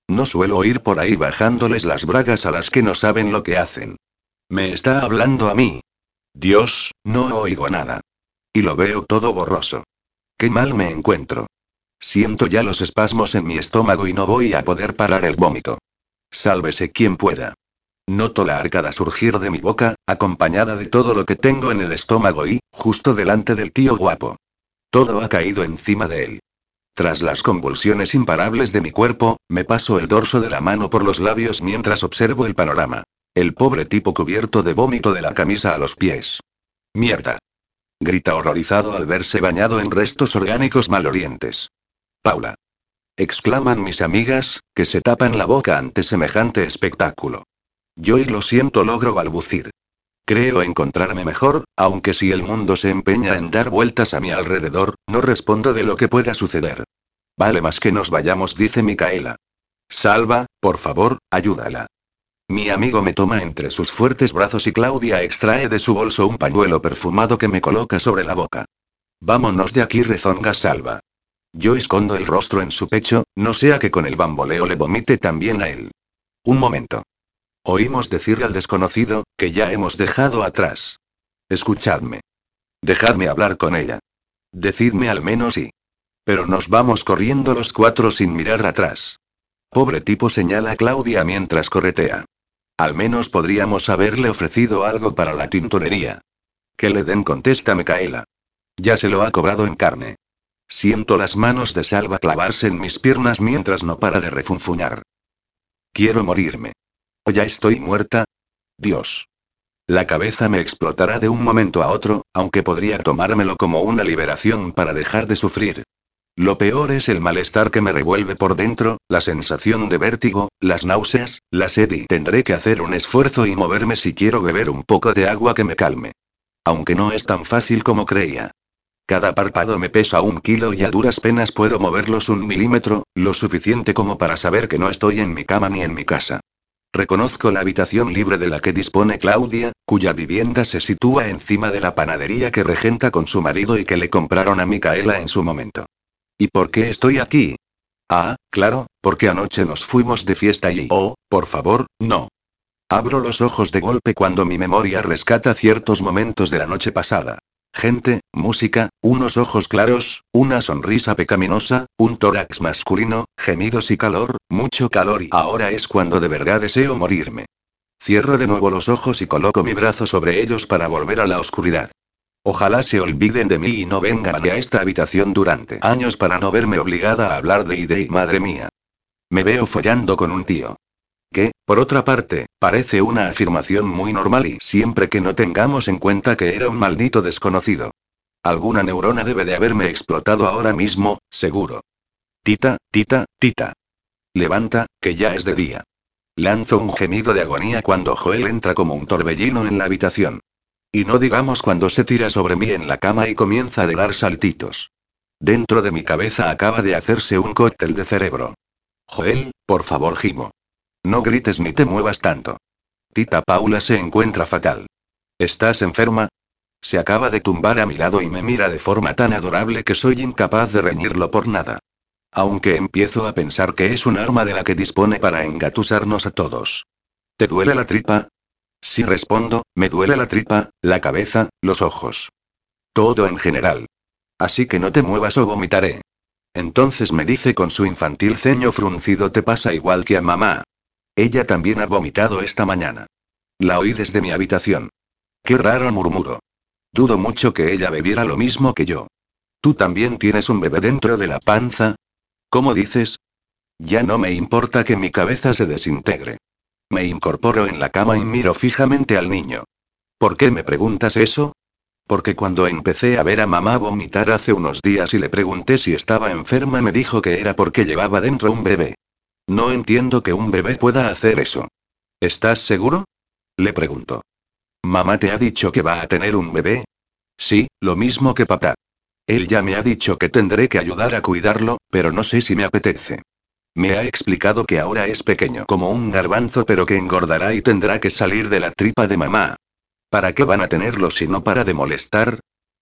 No suelo ir por ahí bajándoles las bragas a las que no saben lo que hacen. ¿Me está hablando a mí? Dios, no oigo nada. Y lo veo todo borroso. Qué mal me encuentro. Siento ya los espasmos en mi estómago y no voy a poder parar el vómito. Sálvese quien pueda. Noto la arcada surgir de mi boca, acompañada de todo lo que tengo en el estómago y, justo delante del tío guapo. Todo ha caído encima de él. Tras las convulsiones imparables de mi cuerpo, me paso el dorso de la mano por los labios mientras observo el panorama. El pobre tipo cubierto de vómito de la camisa a los pies. Mierda. Grita horrorizado al verse bañado en restos orgánicos malolientes. Paula. Exclaman mis amigas, que se tapan la boca ante semejante espectáculo. Yo y lo siento logro balbucir. Creo encontrarme mejor, aunque si el mundo se empeña en dar vueltas a mi alrededor, no respondo de lo que pueda suceder. Vale más que nos vayamos, dice Micaela. Salva, por favor, ayúdala. Mi amigo me toma entre sus fuertes brazos y Claudia extrae de su bolso un pañuelo perfumado que me coloca sobre la boca. Vámonos de aquí, rezonga Salva. Yo escondo el rostro en su pecho, no sea que con el bamboleo le vomite también a él. Un momento. Oímos decirle al desconocido, que ya hemos dejado atrás. Escuchadme. Dejadme hablar con ella. Decidme al menos sí. Pero nos vamos corriendo los cuatro sin mirar atrás. Pobre tipo, señala Claudia mientras corretea. Al menos podríamos haberle ofrecido algo para la tintorería. Que le den, contesta Micaela. Ya se lo ha cobrado en carne. Siento las manos de Salva clavarse en mis piernas mientras no para de refunfuñar. Quiero morirme. ¿O ya estoy muerta? Dios. La cabeza me explotará de un momento a otro, aunque podría tomármelo como una liberación para dejar de sufrir. Lo peor es el malestar que me revuelve por dentro, la sensación de vértigo, las náuseas, la sed, y tendré que hacer un esfuerzo y moverme si quiero beber un poco de agua que me calme. Aunque no es tan fácil como creía. Cada párpado me pesa un kilo y a duras penas puedo moverlos un milímetro, lo suficiente como para saber que no estoy en mi cama ni en mi casa. Reconozco la habitación libre de la que dispone Claudia, cuya vivienda se sitúa encima de la panadería que regenta con su marido y que le compraron a Micaela en su momento. ¿Y por qué estoy aquí? Ah, claro, porque anoche nos fuimos de fiesta y... Oh, por favor, no. Abro los ojos de golpe cuando mi memoria rescata ciertos momentos de la noche pasada. Gente, música, unos ojos claros, una sonrisa pecaminosa, un tórax masculino, gemidos y calor, mucho calor, y ahora es cuando de verdad deseo morirme. Cierro de nuevo los ojos y coloco mi brazo sobre ellos para volver a la oscuridad. Ojalá se olviden de mí y no vengan a esta habitación durante años para no verme obligada a hablar de ide y madre mía. Me veo follando con un tío. Que, por otra parte, parece una afirmación muy normal y siempre que no tengamos en cuenta que era un maldito desconocido. Alguna neurona debe de haberme explotado ahora mismo, seguro. Tita, tita, tita. Levanta, que ya es de día. Lanzo un gemido de agonía cuando Joel entra como un torbellino en la habitación. Y no digamos cuando se tira sobre mí en la cama y comienza a dar saltitos. Dentro de mi cabeza acaba de hacerse un cóctel de cerebro. Joel, por favor, gimo. No grites ni te muevas tanto. Tita Paula se encuentra fatal. ¿Estás enferma? Se acaba de tumbar a mi lado y me mira de forma tan adorable que soy incapaz de reñirlo por nada. Aunque empiezo a pensar que es un arma de la que dispone para engatusarnos a todos. ¿Te duele la tripa? Sí, respondo, me duele la tripa, la cabeza, los ojos. Todo en general. Así que no te muevas o vomitaré. Entonces me dice con su infantil ceño fruncido: te pasa igual que a mamá. Ella también ha vomitado esta mañana. La oí desde mi habitación. Qué raro, murmuró. Dudo mucho que ella bebiera lo mismo que yo. ¿Tú también tienes un bebé dentro de la panza? ¿Cómo dices? Ya no me importa que mi cabeza se desintegre. Me incorporo en la cama y miro fijamente al niño. ¿Por qué me preguntas eso? Porque cuando empecé a ver a mamá vomitar hace unos días y le pregunté si estaba enferma, me dijo que era porque llevaba dentro un bebé. No entiendo que un bebé pueda hacer eso. ¿Estás seguro? Le pregunto. ¿Mamá te ha dicho que va a tener un bebé? Sí, lo mismo que papá. Él ya me ha dicho que tendré que ayudar a cuidarlo, pero no sé si me apetece. Me ha explicado que ahora es pequeño como un garbanzo, pero que engordará y tendrá que salir de la tripa de mamá. ¿Para qué van a tenerlo si no para de molestar?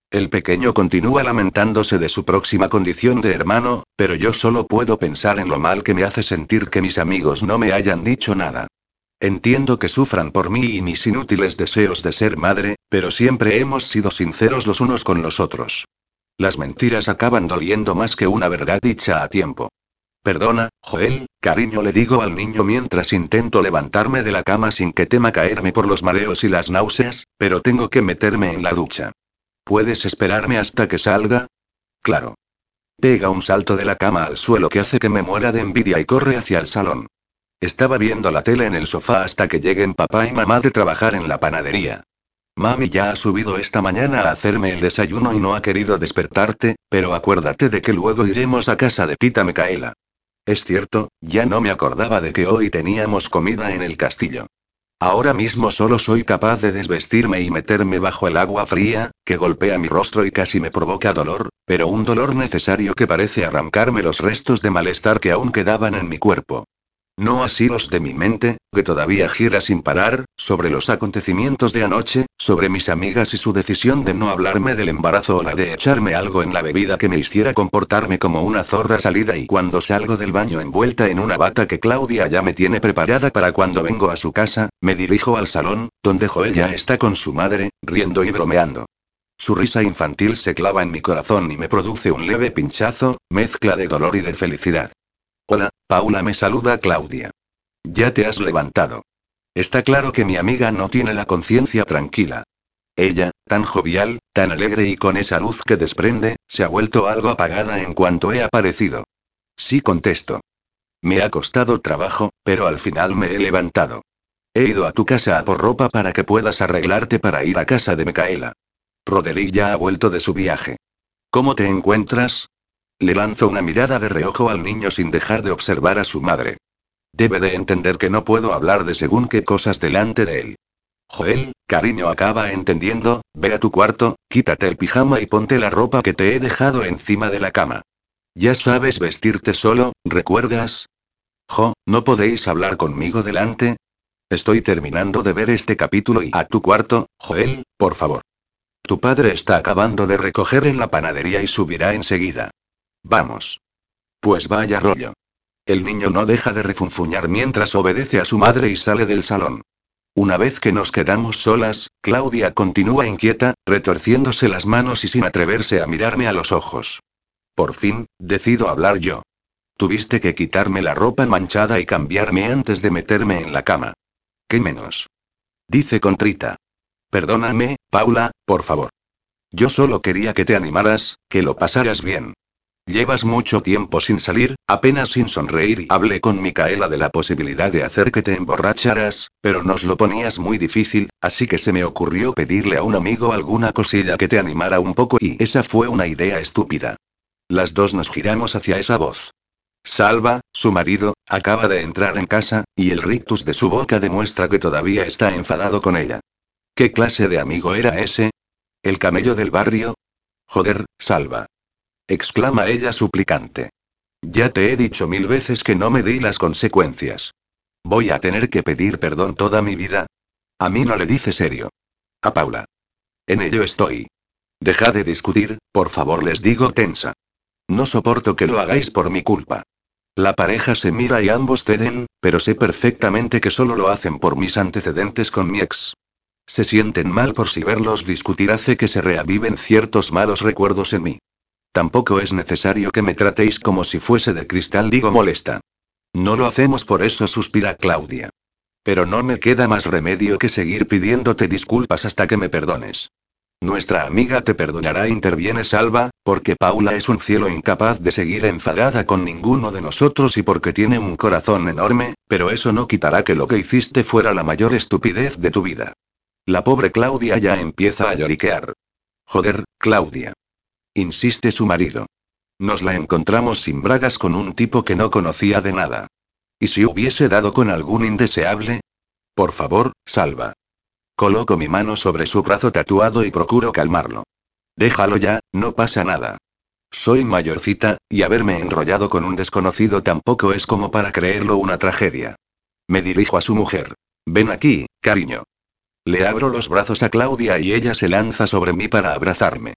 El pequeño continúa lamentándose de su próxima condición de hermano, pero yo solo puedo pensar en lo mal que me hace sentir que mis amigos no me hayan dicho nada. Entiendo que sufran por mí y mis inútiles deseos de ser madre, pero siempre hemos sido sinceros los unos con los otros. Las mentiras acaban doliendo más que una verdad dicha a tiempo. Perdona, Joel, cariño, le digo al niño mientras intento levantarme de la cama sin que tema caerme por los mareos y las náuseas, pero tengo que meterme en la ducha. ¿Puedes esperarme hasta que salga? Claro. Pega un salto de la cama al suelo que hace que me muera de envidia y corre hacia el salón. Estaba viendo la tele en el sofá hasta que lleguen papá y mamá de trabajar en la panadería. Mami ya ha subido esta mañana a hacerme el desayuno y no ha querido despertarte, pero acuérdate de que luego iremos a casa de tita Micaela. Es cierto, ya no me acordaba de que hoy teníamos comida en el castillo. Ahora mismo solo soy capaz de desvestirme y meterme bajo el agua fría, que golpea mi rostro y casi me provoca dolor, pero un dolor necesario que parece arrancarme los restos de malestar que aún quedaban en mi cuerpo. No así los de mi mente, que todavía gira sin parar, sobre los acontecimientos de anoche, sobre mis amigas y su decisión de no hablarme del embarazo o la de echarme algo en la bebida que me hiciera comportarme como una zorra salida, y cuando salgo del baño envuelta en una bata que Claudia ya me tiene preparada para cuando vengo a su casa, me dirijo al salón, donde Joel ya está con su madre, riendo y bromeando. Su risa infantil se clava en mi corazón y me produce un leve pinchazo, mezcla de dolor y de felicidad. Hola, Paula, me saluda Claudia. Ya te has levantado. Está claro que mi amiga no tiene la conciencia tranquila. Ella, tan jovial, tan alegre y con esa luz que desprende, se ha vuelto algo apagada en cuanto he aparecido. Sí, contesto. Me ha costado trabajo, pero al final me he levantado. He ido a tu casa a por ropa para que puedas arreglarte para ir a casa de Micaela. Roderick ya ha vuelto de su viaje. ¿Cómo te encuentras? Le lanzo una mirada de reojo al niño sin dejar de observar a su madre. Debe de entender que no puedo hablar de según qué cosas delante de él. Joel, cariño, acaba entendiendo, ve a tu cuarto, quítate el pijama y ponte la ropa que te he dejado encima de la cama. Ya sabes vestirte solo, ¿recuerdas? Jo, ¿no podéis hablar conmigo delante? Estoy terminando de ver este capítulo y a tu cuarto, Joel, por favor. Tu padre está acabando de recoger en la panadería y subirá enseguida. Vamos. Pues vaya rollo. El niño no deja de refunfuñar mientras obedece a su madre y sale del salón. Una vez que nos quedamos solas, Claudia continúa inquieta, retorciéndose las manos y sin atreverse a mirarme a los ojos. Por fin, decido hablar yo. Tuviste que quitarme la ropa manchada y cambiarme antes de meterme en la cama. ¿Qué menos? Dice contrita. Perdóname, Paula, por favor. Yo solo quería que te animaras, que lo pasaras bien. Llevas mucho tiempo sin salir, apenas sin sonreír, y hablé con Micaela de la posibilidad de hacer que te emborracharas, pero nos lo ponías muy difícil, así que se me ocurrió pedirle a un amigo alguna cosilla que te animara un poco, y esa fue una idea estúpida. Las dos nos giramos hacia esa voz. Salva, su marido, acaba de entrar en casa, y el rictus de su boca demuestra que todavía está enfadado con ella. ¿Qué clase de amigo era ese? ¿El camello del barrio? Joder, Salva. Exclama ella suplicante. Ya te he dicho mil veces que no me di las consecuencias. ¿Voy a tener que pedir perdón toda mi vida? A mí no le dice serio. A Paula. En ello estoy. Dejad de discutir, por favor, les digo tensa. No soporto que lo hagáis por mi culpa. La pareja se mira y ambos ceden, pero sé perfectamente que solo lo hacen por mis antecedentes con mi ex. Se sienten mal por si verlos discutir hace que se reaviven ciertos malos recuerdos en mí. Tampoco es necesario que me tratéis como si fuese de cristal, digo molesta. No lo hacemos por eso, suspira Claudia. Pero no me queda más remedio que seguir pidiéndote disculpas hasta que me perdones. Nuestra amiga te perdonará, interviene Salva, porque Paula es un cielo incapaz de seguir enfadada con ninguno de nosotros y porque tiene un corazón enorme, pero eso no quitará que lo que hiciste fuera la mayor estupidez de tu vida. La pobre Claudia ya empieza a lloriquear. Joder, Claudia. Insiste su marido. Nos la encontramos sin bragas con un tipo que no conocía de nada. ¿Y si hubiese dado con algún indeseable? Por favor, Salva. Coloco mi mano sobre su brazo tatuado y procuro calmarlo. Déjalo ya, no pasa nada. Soy mayorcita, y haberme enrollado con un desconocido tampoco es como para creerlo una tragedia. Me dirijo a su mujer. Ven aquí, cariño. Le abro los brazos a Claudia y ella se lanza sobre mí para abrazarme.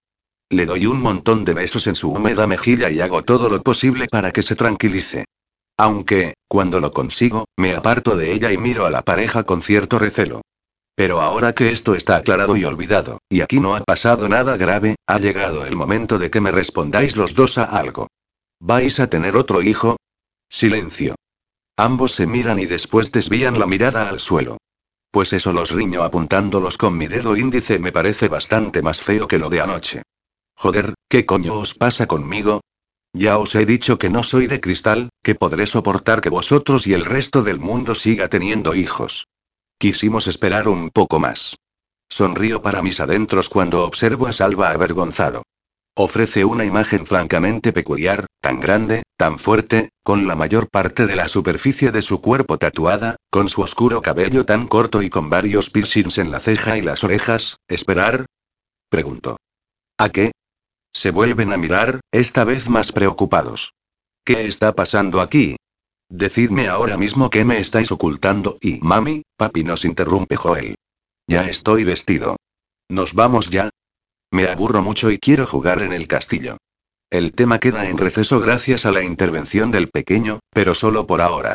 Le doy un montón de besos en su húmeda mejilla y hago todo lo posible para que se tranquilice. Aunque, cuando lo consigo, me aparto de ella y miro a la pareja con cierto recelo. Pero ahora que esto está aclarado y olvidado, y aquí no ha pasado nada grave, ha llegado el momento de que me respondáis los dos a algo. ¿Vais a tener otro hijo? Silencio. Ambos se miran y después desvían la mirada al suelo. Pues eso, los riño apuntándolos con mi dedo índice, me parece bastante más feo que lo de anoche. Joder, ¿qué coño os pasa conmigo? Ya os he dicho que no soy de cristal, que podré soportar que vosotros y el resto del mundo siga teniendo hijos. Quisimos esperar un poco más. Sonrío para mis adentros cuando observo a Salva avergonzado. Ofrece una imagen francamente peculiar, tan grande, tan fuerte, con la mayor parte de la superficie de su cuerpo tatuada, con su oscuro cabello tan corto y con varios piercings en la ceja y las orejas. ¿Esperar? Pregunto. ¿A qué? Se vuelven a mirar, esta vez más preocupados. ¿Qué está pasando aquí? Decidme ahora mismo qué me estáis ocultando y... Mami, papi, nos interrumpe Joel. Ya estoy vestido. ¿Nos vamos ya? Me aburro mucho y quiero jugar en el castillo. El tema queda en receso gracias a la intervención del pequeño, pero solo por ahora.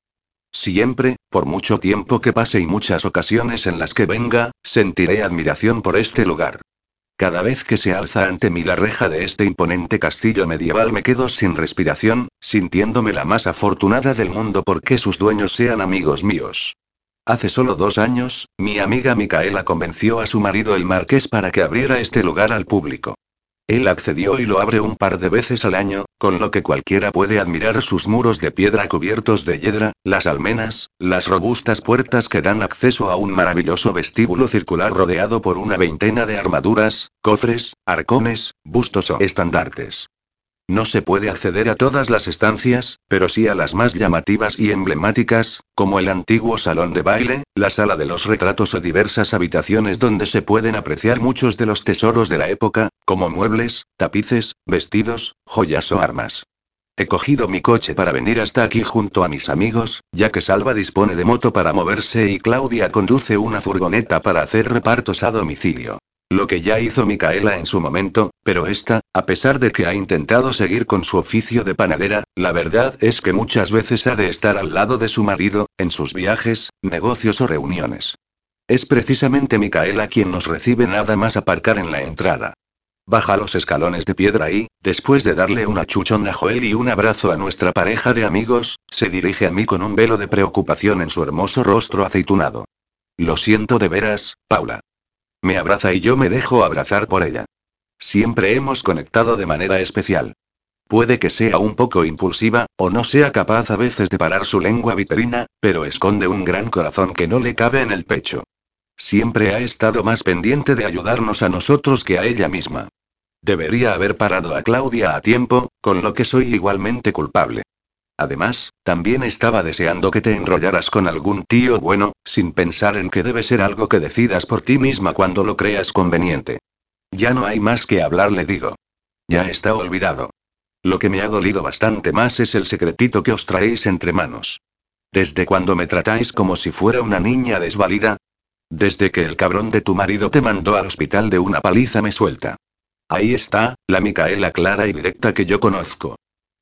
Siempre, por mucho tiempo que pase y muchas ocasiones en las que venga, sentiré admiración por este lugar. Cada vez que se alza ante mí la reja de este imponente castillo medieval me quedo sin respiración, sintiéndome la más afortunada del mundo porque sus dueños sean amigos míos. Hace solo dos años, mi amiga Micaela convenció a su marido el marqués para que abriera este lugar al público. Él accedió y lo abre un par de veces al año, con lo que cualquiera puede admirar sus muros de piedra cubiertos de hiedra, las almenas, las robustas puertas que dan acceso a un maravilloso vestíbulo circular rodeado por una veintena de armaduras, cofres, arcones, bustos o estandartes. No se puede acceder a todas las estancias, pero sí a las más llamativas y emblemáticas, como el antiguo salón de baile, la sala de los retratos o diversas habitaciones donde se pueden apreciar muchos de los tesoros de la época, como muebles, tapices, vestidos, joyas o armas. He cogido mi coche para venir hasta aquí junto a mis amigos, ya que Salva dispone de moto para moverse y Claudia conduce una furgoneta para hacer repartos a domicilio. Lo que ya hizo Micaela en su momento, pero esta, a pesar de que ha intentado seguir con su oficio de panadera, la verdad es que muchas veces ha de estar al lado de su marido, en sus viajes, negocios o reuniones. Es precisamente Micaela quien nos recibe nada más aparcar en la entrada. Baja los escalones de piedra y, después de darle un achuchón a Joel y un abrazo a nuestra pareja de amigos, se dirige a mí con un velo de preocupación en su hermoso rostro aceitunado. Lo siento de veras, Paula. Me abraza y yo me dejo abrazar por ella. Siempre hemos conectado de manera especial. Puede que sea un poco impulsiva, o no sea capaz a veces de parar su lengua viperina, pero esconde un gran corazón que no le cabe en el pecho. Siempre ha estado más pendiente de ayudarnos a nosotros que a ella misma. Debería haber parado a Claudia a tiempo, con lo que soy igualmente culpable. Además, también estaba deseando que te enrollaras con algún tío bueno, sin pensar en que debe ser algo que decidas por ti misma cuando lo creas conveniente. Ya no hay más que hablar, le digo. Ya está olvidado. Lo que me ha dolido bastante más es el secretito que os traéis entre manos. ¿Desde cuando me tratáis como si fuera una niña desvalida? Desde que el cabrón de tu marido te mandó al hospital de una paliza me suelta. Ahí está, la Micaela clara y directa que yo conozco.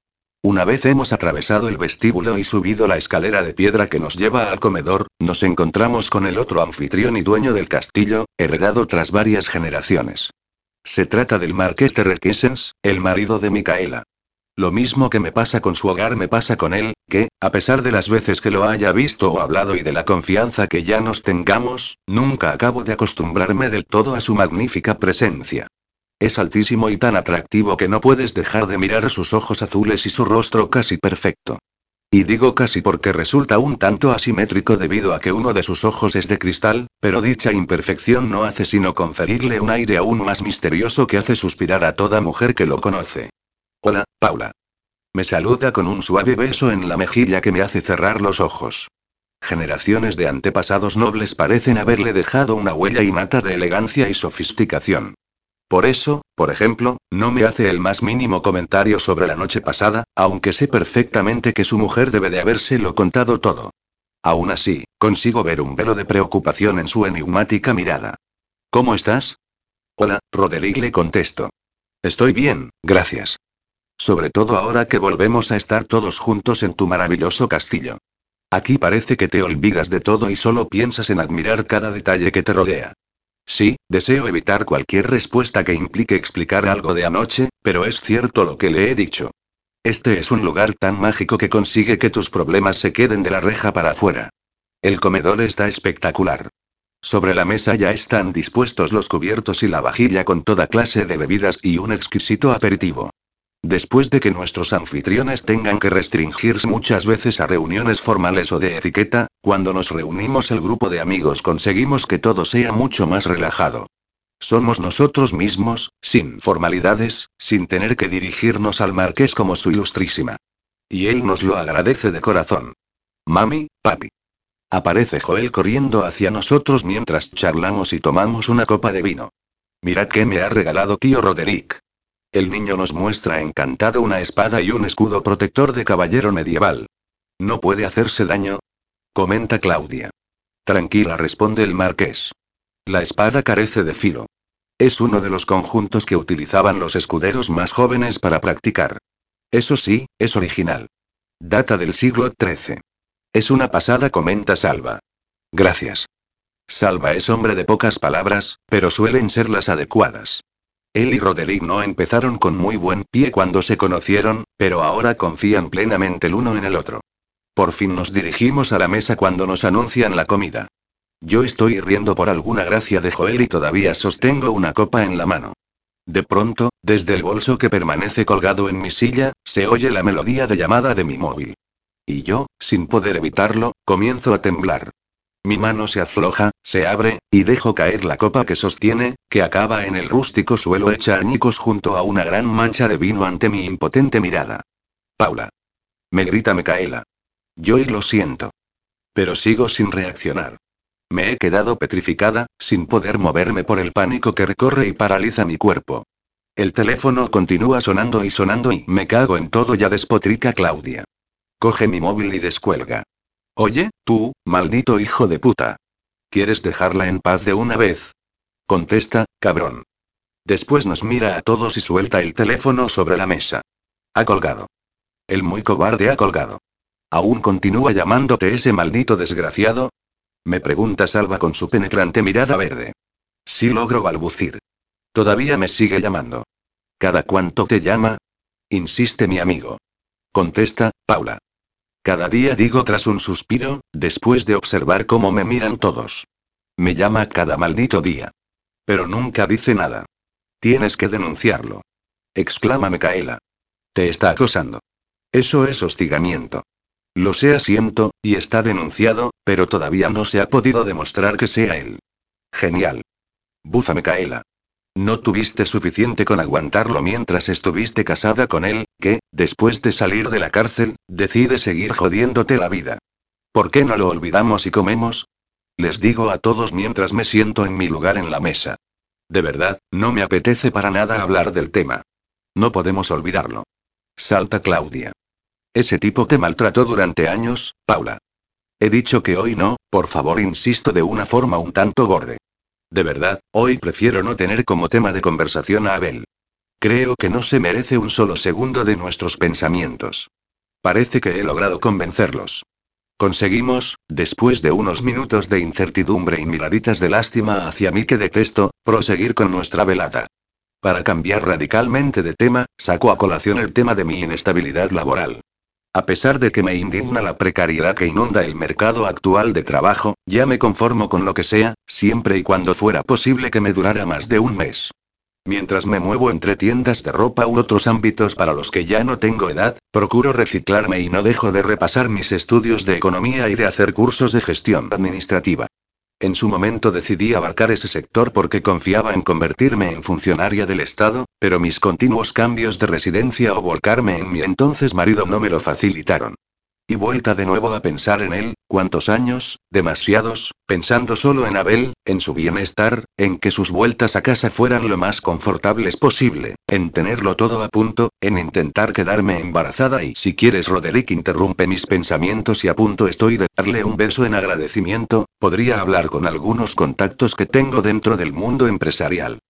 Una vez hemos atravesado el vestíbulo y subido la escalera de piedra que nos lleva al comedor, nos encontramos con el otro anfitrión y dueño del castillo, heredado tras varias generaciones. Se trata del marqués de Requesens, el marido de Micaela. Lo mismo que me pasa con su hogar me pasa con él, que, a pesar de las veces que lo haya visto o hablado y de la confianza que ya nos tengamos, nunca acabo de acostumbrarme del todo a su magnífica presencia. Es altísimo y tan atractivo que no puedes dejar de mirar sus ojos azules y su rostro casi perfecto. Y digo casi porque resulta un tanto asimétrico debido a que uno de sus ojos es de cristal, pero dicha imperfección no hace sino conferirle un aire aún más misterioso que hace suspirar a toda mujer que lo conoce. Hola, Paula. Me saluda con un suave beso en la mejilla que me hace cerrar los ojos. Generaciones de antepasados nobles parecen haberle dejado una huella innata de elegancia y sofisticación. Por eso, por ejemplo, no me hace el más mínimo comentario sobre la noche pasada, aunque sé perfectamente que su mujer debe de habérselo contado todo. Aún así, consigo ver un velo de preocupación en su enigmática mirada. ¿Cómo estás? Hola, Roderick, le contesto. Estoy bien, gracias. Sobre todo ahora que volvemos a estar todos juntos en tu maravilloso castillo. Aquí parece que te olvidas de todo y solo piensas en admirar cada detalle que te rodea. Sí, deseo evitar cualquier respuesta que implique explicar algo de anoche, pero es cierto lo que le he dicho. Este es un lugar tan mágico que consigue que tus problemas se queden de la reja para afuera. El comedor está espectacular. Sobre la mesa ya están dispuestos los cubiertos y la vajilla con toda clase de bebidas y un exquisito aperitivo. Después de que nuestros anfitriones tengan que restringirse muchas veces a reuniones formales o de etiqueta, cuando nos reunimos el grupo de amigos conseguimos que todo sea mucho más relajado. Somos nosotros mismos, sin formalidades, sin tener que dirigirnos al marqués como su ilustrísima. Y él nos lo agradece de corazón. Mami, papi. Aparece Joel corriendo hacia nosotros mientras charlamos y tomamos una copa de vino. Mirad qué me ha regalado tío Roderick. El niño nos muestra encantado una espada y un escudo protector de caballero medieval. ¿No puede hacerse daño? Comenta Claudia. Tranquila, responde el marqués. La espada carece de filo. Es uno de los conjuntos que utilizaban los escuderos más jóvenes para practicar. Eso sí, es original. Data del siglo trece. Es una pasada, comenta Salva. Gracias. Salva es hombre de pocas palabras, pero suelen ser las adecuadas. Él y Roderick no empezaron con muy buen pie cuando se conocieron, pero ahora confían plenamente el uno en el otro. Por fin nos dirigimos a la mesa cuando nos anuncian la comida. Yo estoy riendo por alguna gracia de Joel y todavía sostengo una copa en la mano. De pronto, desde el bolso que permanece colgado en mi silla, se oye la melodía de llamada de mi móvil. Y yo, sin poder evitarlo, comienzo a temblar. Mi mano se afloja, se abre, y dejo caer la copa que sostiene, que acaba en el rústico suelo hecha añicos junto a una gran mancha de vino ante mi impotente mirada. Paula. Me grita Micaela. Yo y lo siento. Pero sigo sin reaccionar. Me he quedado petrificada, sin poder moverme por el pánico que recorre y paraliza mi cuerpo. El teléfono continúa sonando y sonando y me cago en todo, ya, despotrica Claudia. Coge mi móvil y descuelga. Oye, tú, maldito hijo de puta. ¿Quieres dejarla en paz de una vez? Contesta, cabrón. Después nos mira a todos y suelta el teléfono sobre la mesa. Ha colgado. El muy cobarde ha colgado. ¿Aún continúa llamándote ese maldito desgraciado? Me pregunta Salva con su penetrante mirada verde. Sí, logro balbucir. Todavía me sigue llamando. ¿Cada cuánto te llama? Insiste mi amigo. Contesta, Paula. Cada día, digo tras un suspiro, después de observar cómo me miran todos. Me llama cada maldito día. Pero nunca dice nada. Tienes que denunciarlo. Exclama Micaela. Te está acosando. Eso es hostigamiento. Lo sé, asiento, y está denunciado, pero todavía no se ha podido demostrar que sea él. Genial. Bufa Micaela. ¿No tuviste suficiente con aguantarlo mientras estuviste casada con él, que, después de salir de la cárcel, decide seguir jodiéndote la vida? ¿Por qué no lo olvidamos y comemos? Les digo a todos mientras me siento en mi lugar en la mesa. De verdad, no me apetece para nada hablar del tema. No podemos olvidarlo. Salta Claudia. Ese tipo te maltrató durante años, Paula. He dicho que hoy no, por favor, insisto de una forma un tanto borde. De verdad, hoy prefiero no tener como tema de conversación a Abel. Creo que no se merece un solo segundo de nuestros pensamientos. Parece que he logrado convencerlos. Conseguimos, después de unos minutos de incertidumbre y miraditas de lástima hacia mí que detesto, proseguir con nuestra velada. Para cambiar radicalmente de tema, saco a colación el tema de mi inestabilidad laboral. A pesar de que me indigna la precariedad que inunda el mercado actual de trabajo, ya me conformo con lo que sea, siempre y cuando fuera posible que me durara más de un mes. Mientras me muevo entre tiendas de ropa u otros ámbitos para los que ya no tengo edad, procuro reciclarme y no dejo de repasar mis estudios de economía y de hacer cursos de gestión administrativa. En su momento decidí abarcar ese sector porque confiaba en convertirme en funcionaria del Estado, pero mis continuos cambios de residencia o volcarme en mi entonces marido no me lo facilitaron. Y vuelta de nuevo a pensar en él, ¿cuántos años? Demasiados, pensando solo en Abel, en su bienestar, en que sus vueltas a casa fueran lo más confortables posible, en tenerlo todo a punto, en intentar quedarme embarazada y, si quieres, Roderick interrumpe mis pensamientos y a punto estoy de darle un beso en agradecimiento, podría hablar con algunos contactos que tengo dentro del mundo empresarial.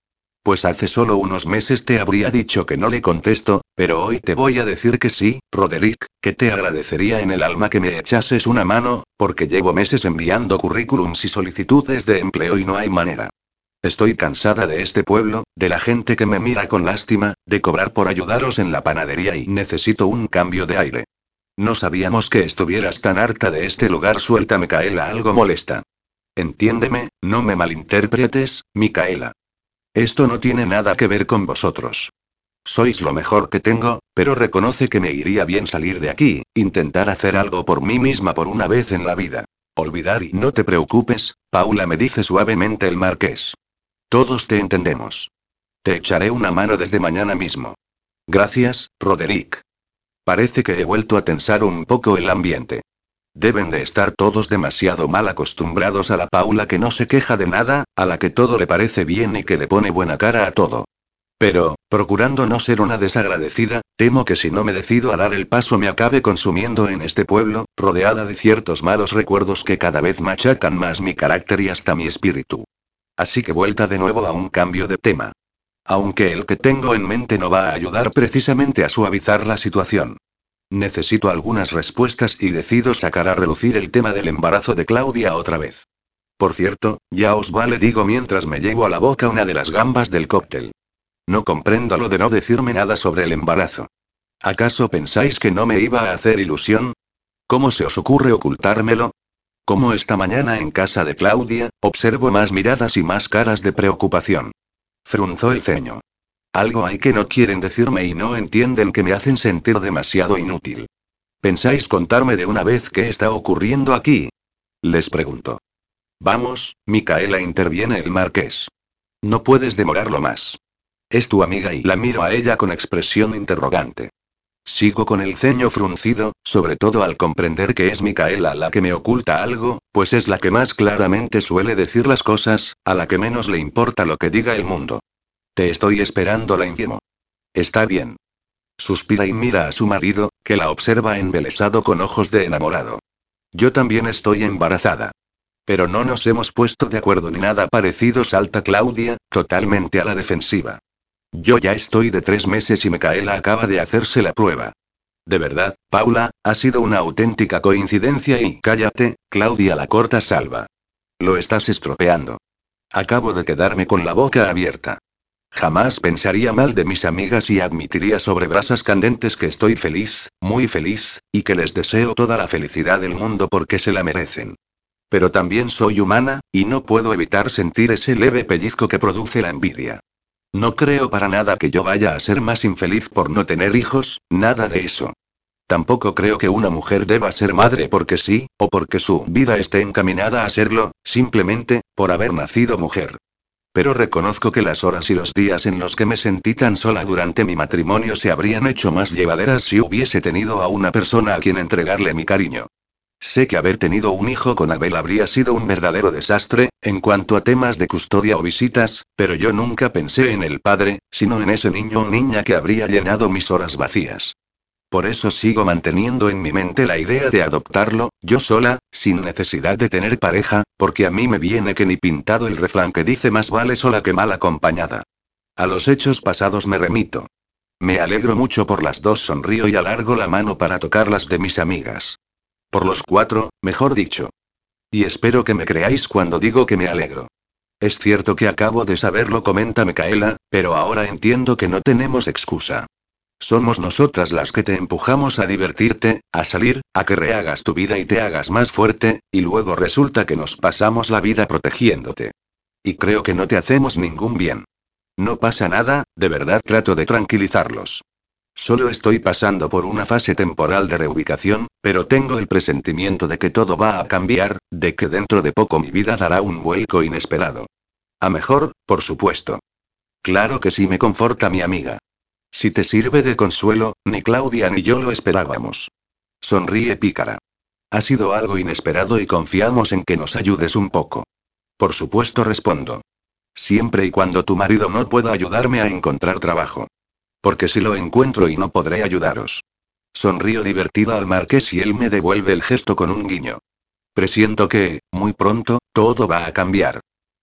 Pues hace solo unos meses te habría dicho que no le contesto, pero hoy te voy a decir que sí, Roderick, que te agradecería en el alma que me echases una mano, porque llevo meses enviando currículums y solicitudes de empleo y no hay manera. Estoy cansada de este pueblo, de la gente que me mira con lástima, de cobrar por ayudaros en la panadería y necesito un cambio de aire. No sabíamos que estuvieras tan harta de este lugar. Suelta, Micaela, algo molesta. Entiéndeme, no me malinterpretes, Micaela. Esto no tiene nada que ver con vosotros. Sois lo mejor que tengo, pero reconoce que me iría bien salir de aquí, intentar hacer algo por mí misma por una vez en la vida. Olvidar y no te preocupes, Paula, me dice suavemente el marqués. Todos te entendemos. Te echaré una mano desde mañana mismo. Gracias, Roderick. Parece que he vuelto a tensar un poco el ambiente. Deben de estar todos demasiado mal acostumbrados a la Paula que no se queja de nada, a la que todo le parece bien y que le pone buena cara a todo. Pero, procurando no ser una desagradecida, temo que si no me decido a dar el paso me acabe consumiendo en este pueblo, rodeada de ciertos malos recuerdos que cada vez machacan más mi carácter y hasta mi espíritu. Así que vuelta de nuevo a un cambio de tema. Aunque el que tengo en mente no va a ayudar precisamente a suavizar la situación. Necesito algunas respuestas y decido sacar a relucir el tema del embarazo de Claudia otra vez. Por cierto, ya os vale, digo mientras me llevo a la boca una de las gambas del cóctel. No comprendo lo de no decirme nada sobre el embarazo. ¿Acaso pensáis que no me iba a hacer ilusión? ¿Cómo se os ocurre ocultármelo? Como esta mañana en casa de Claudia, observo más miradas y más caras de preocupación. Frunzó el ceño. Algo hay que no quieren decirme y no entienden, que me hacen sentir demasiado inútil. ¿Pensáis contarme de una vez qué está ocurriendo aquí? Les pregunto. Vamos, Micaela, interviene el marqués. No puedes demorarlo más. Es tu amiga y la miro a ella con expresión interrogante. Sigo con el ceño fruncido, sobre todo al comprender que es Micaela la que me oculta algo, pues es la que más claramente suele decir las cosas, a la que menos le importa lo que diga el mundo. Te estoy esperando, la infimo. Está bien. Suspira y mira a su marido, que la observa embelesado con ojos de enamorado. Yo también estoy embarazada. Pero no nos hemos puesto de acuerdo ni nada parecido, salta Claudia, totalmente a la defensiva. Yo ya estoy de tres meses y Micaela acaba de hacerse la prueba. De verdad, Paula, ha sido una auténtica coincidencia y cállate, Claudia, la corta Salva. Lo estás estropeando. Acabo de quedarme con la boca abierta. Jamás pensaría mal de mis amigas y admitiría sobre brasas candentes que estoy feliz, muy feliz, y que les deseo toda la felicidad del mundo porque se la merecen. Pero también soy humana, y no puedo evitar sentir ese leve pellizco que produce la envidia. No creo para nada que yo vaya a ser más infeliz por no tener hijos, nada de eso. Tampoco creo que una mujer deba ser madre porque sí, o porque su vida esté encaminada a serlo, simplemente, por haber nacido mujer. Pero reconozco que las horas y los días en los que me sentí tan sola durante mi matrimonio se habrían hecho más llevaderas si hubiese tenido a una persona a quien entregarle mi cariño. Sé que haber tenido un hijo con Abel habría sido un verdadero desastre, en cuanto a temas de custodia o visitas, pero yo nunca pensé en el padre, sino en ese niño o niña que habría llenado mis horas vacías. Por eso sigo manteniendo en mi mente la idea de adoptarlo, yo sola, sin necesidad de tener pareja, porque a mí me viene que ni pintado el refrán que dice más vale sola que mal acompañada. A los hechos pasados me remito. Me alegro mucho por las dos, sonrío y alargo la mano para tocar las de mis amigas. Por los cuatro, mejor dicho. Y espero que me creáis cuando digo que me alegro. Es cierto que acabo de saberlo, comenta Micaela, pero ahora entiendo que no tenemos excusa. Somos nosotras las que te empujamos a divertirte, a salir, a que rehagas tu vida y te hagas más fuerte, y luego resulta que nos pasamos la vida protegiéndote. Y creo que no te hacemos ningún bien. No pasa nada, de verdad, trato de tranquilizarlos. Solo estoy pasando por una fase temporal de reubicación, pero tengo el presentimiento de que todo va a cambiar, de que dentro de poco mi vida dará un vuelco inesperado. A mejor, por supuesto. Claro que sí, me conforta mi amiga. Si te sirve de consuelo, ni Claudia ni yo lo esperábamos. Sonríe pícara. Ha sido algo inesperado y confiamos en que nos ayudes un poco. Por supuesto, respondo. Siempre y cuando tu marido no pueda ayudarme a encontrar trabajo. Porque si lo encuentro y no podré ayudaros. Sonrío divertida al marqués y él me devuelve el gesto con un guiño. Presiento que, muy pronto, todo va a cambiar.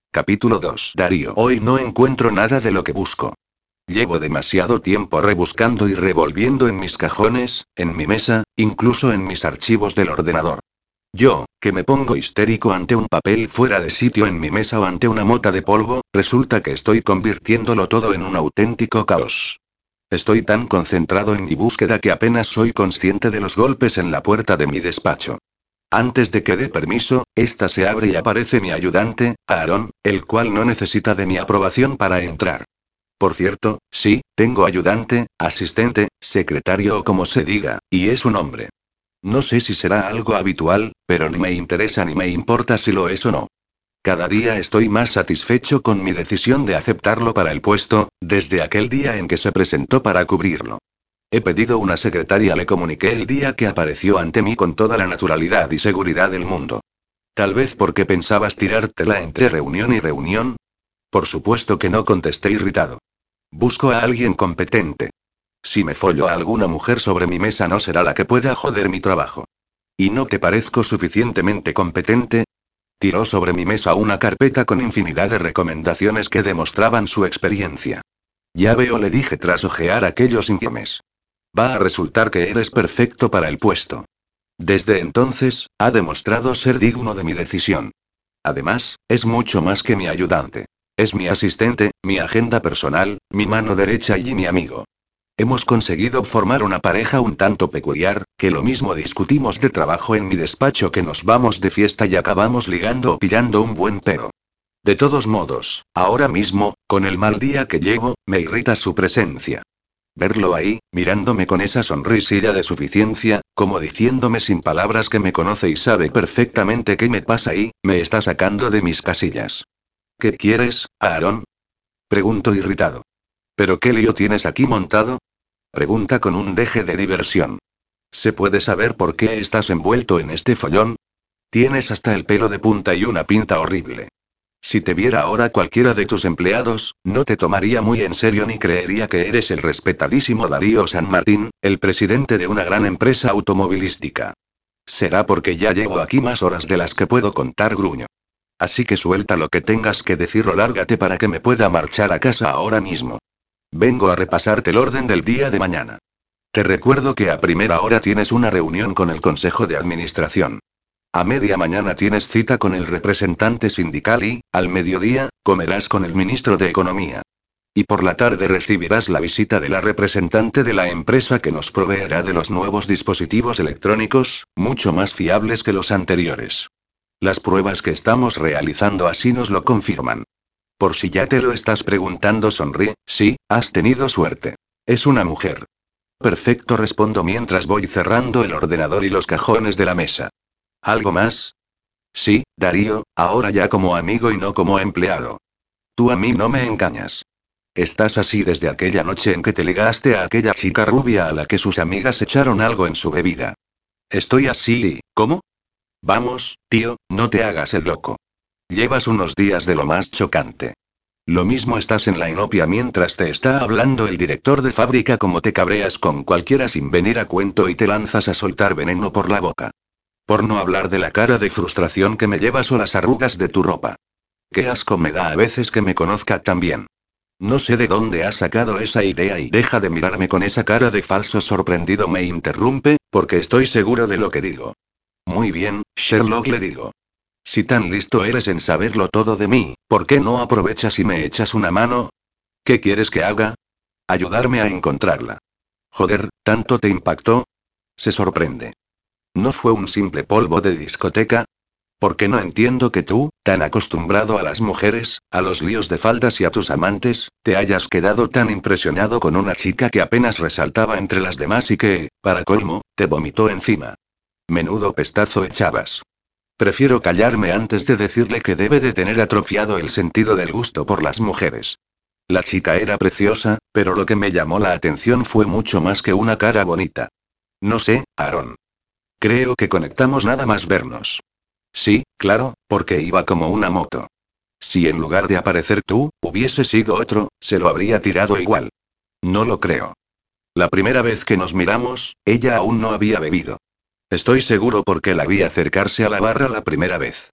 Capítulo dos. Darío. Hoy no encuentro nada de lo que busco. Llevo demasiado tiempo rebuscando y revolviendo en mis cajones, en mi mesa, incluso en mis archivos del ordenador. Yo, que me pongo histérico ante un papel fuera de sitio en mi mesa o ante una mota de polvo, resulta que estoy convirtiéndolo todo en un auténtico caos. Estoy tan concentrado en mi búsqueda que apenas soy consciente de los golpes en la puerta de mi despacho. Antes de que dé permiso, esta se abre y aparece mi ayudante, Aarón, el cual no necesita de mi aprobación para entrar. Por cierto, sí, tengo ayudante, asistente, secretario o como se diga, y es un hombre. No sé si será algo habitual, pero ni me interesa ni me importa si lo es o no. Cada día estoy más satisfecho con mi decisión de aceptarlo para el puesto, desde aquel día en que se presentó para cubrirlo. He pedido una secretaria, le comuniqué el día que apareció ante mí con toda la naturalidad y seguridad del mundo. Tal vez porque pensabas tirártela entre reunión y reunión. Por supuesto que no, contesté irritado. Busco a alguien competente. Si me follo a alguna mujer sobre mi mesa no será la que pueda joder mi trabajo. ¿Y no te parezco suficientemente competente? Tiró sobre mi mesa una carpeta con infinidad de recomendaciones que demostraban su experiencia. Ya veo, le dije tras hojear aquellos informes. Va a resultar que eres perfecto para el puesto. Desde entonces, ha demostrado ser digno de mi decisión. Además, es mucho más que mi ayudante. Es mi asistente, mi agenda personal, mi mano derecha y mi amigo. Hemos conseguido formar una pareja un tanto peculiar, que lo mismo discutimos de trabajo en mi despacho que nos vamos de fiesta y acabamos ligando o pillando un buen pelo. De todos modos, ahora mismo, con el mal día que llevo, me irrita su presencia. Verlo ahí, mirándome con esa sonrisilla de suficiencia, como diciéndome sin palabras que me conoce y sabe perfectamente qué me pasa ahí, me está sacando de mis casillas. ¿Qué quieres, Aarón? Pregunto irritado. ¿Pero qué lío tienes aquí montado? Pregunta con un deje de diversión. ¿Se puede saber por qué estás envuelto en este follón? Tienes hasta el pelo de punta y una pinta horrible. Si te viera ahora cualquiera de tus empleados, no te tomaría muy en serio ni creería que eres el respetadísimo Darío San Martín, el presidente de una gran empresa automovilística. Será porque ya llevo aquí más horas de las que puedo contar, gruño. Así que suelta lo que tengas que decir o lárgate para que me pueda marchar a casa ahora mismo. Vengo a repasarte el orden del día de mañana. Te recuerdo que a primera hora tienes una reunión con el Consejo de Administración. A media mañana tienes cita con el representante sindical y, al mediodía, comerás con el ministro de Economía. Y por la tarde recibirás la visita de la representante de la empresa que nos proveerá de los nuevos dispositivos electrónicos, mucho más fiables que los anteriores. Las pruebas que estamos realizando así nos lo confirman. Por si ya te lo estás preguntando, sonríe, sí, has tenido suerte. Es una mujer. Perfecto, respondo mientras voy cerrando el ordenador y los cajones de la mesa. ¿Algo más? Sí, Darío, ahora ya como amigo y no como empleado. Tú a mí no me engañas. Estás así desde aquella noche en que te ligaste a aquella chica rubia a la que sus amigas echaron algo en su bebida. Estoy así, ¿cómo? Vamos, tío, no te hagas el loco. Llevas unos días de lo más chocante. Lo mismo estás en la inopia mientras te está hablando el director de fábrica, como te cabreas con cualquiera sin venir a cuento y te lanzas a soltar veneno por la boca. Por no hablar de la cara de frustración que me llevas o las arrugas de tu ropa. Qué asco me da a veces que me conozca tan bien. No sé de dónde has sacado esa idea y deja de mirarme con esa cara de falso sorprendido, me interrumpe, porque estoy seguro de lo que digo. Muy bien, Sherlock, le digo. Si tan listo eres en saberlo todo de mí, ¿por qué no aprovechas y me echas una mano? ¿Qué quieres que haga? Ayudarme a encontrarla. Joder, ¿tanto te impactó? Se sorprende. ¿No fue un simple polvo de discoteca? Porque no entiendo que tú, tan acostumbrado a las mujeres, a los líos de faldas y a tus amantes, te hayas quedado tan impresionado con una chica que apenas resaltaba entre las demás y que, para colmo, te vomitó encima. Menudo pestazo echabas. Prefiero callarme antes de decirle que debe de tener atrofiado el sentido del gusto por las mujeres. La chica era preciosa, pero lo que me llamó la atención fue mucho más que una cara bonita. No sé, Aaron. Creo que conectamos nada más vernos. Sí, claro, porque iba como una moto. Si en lugar de aparecer tú, hubiese sido otro, se lo habría tirado igual. No lo creo. La primera vez que nos miramos, ella aún no había bebido. Estoy seguro porque la vi acercarse a la barra la primera vez.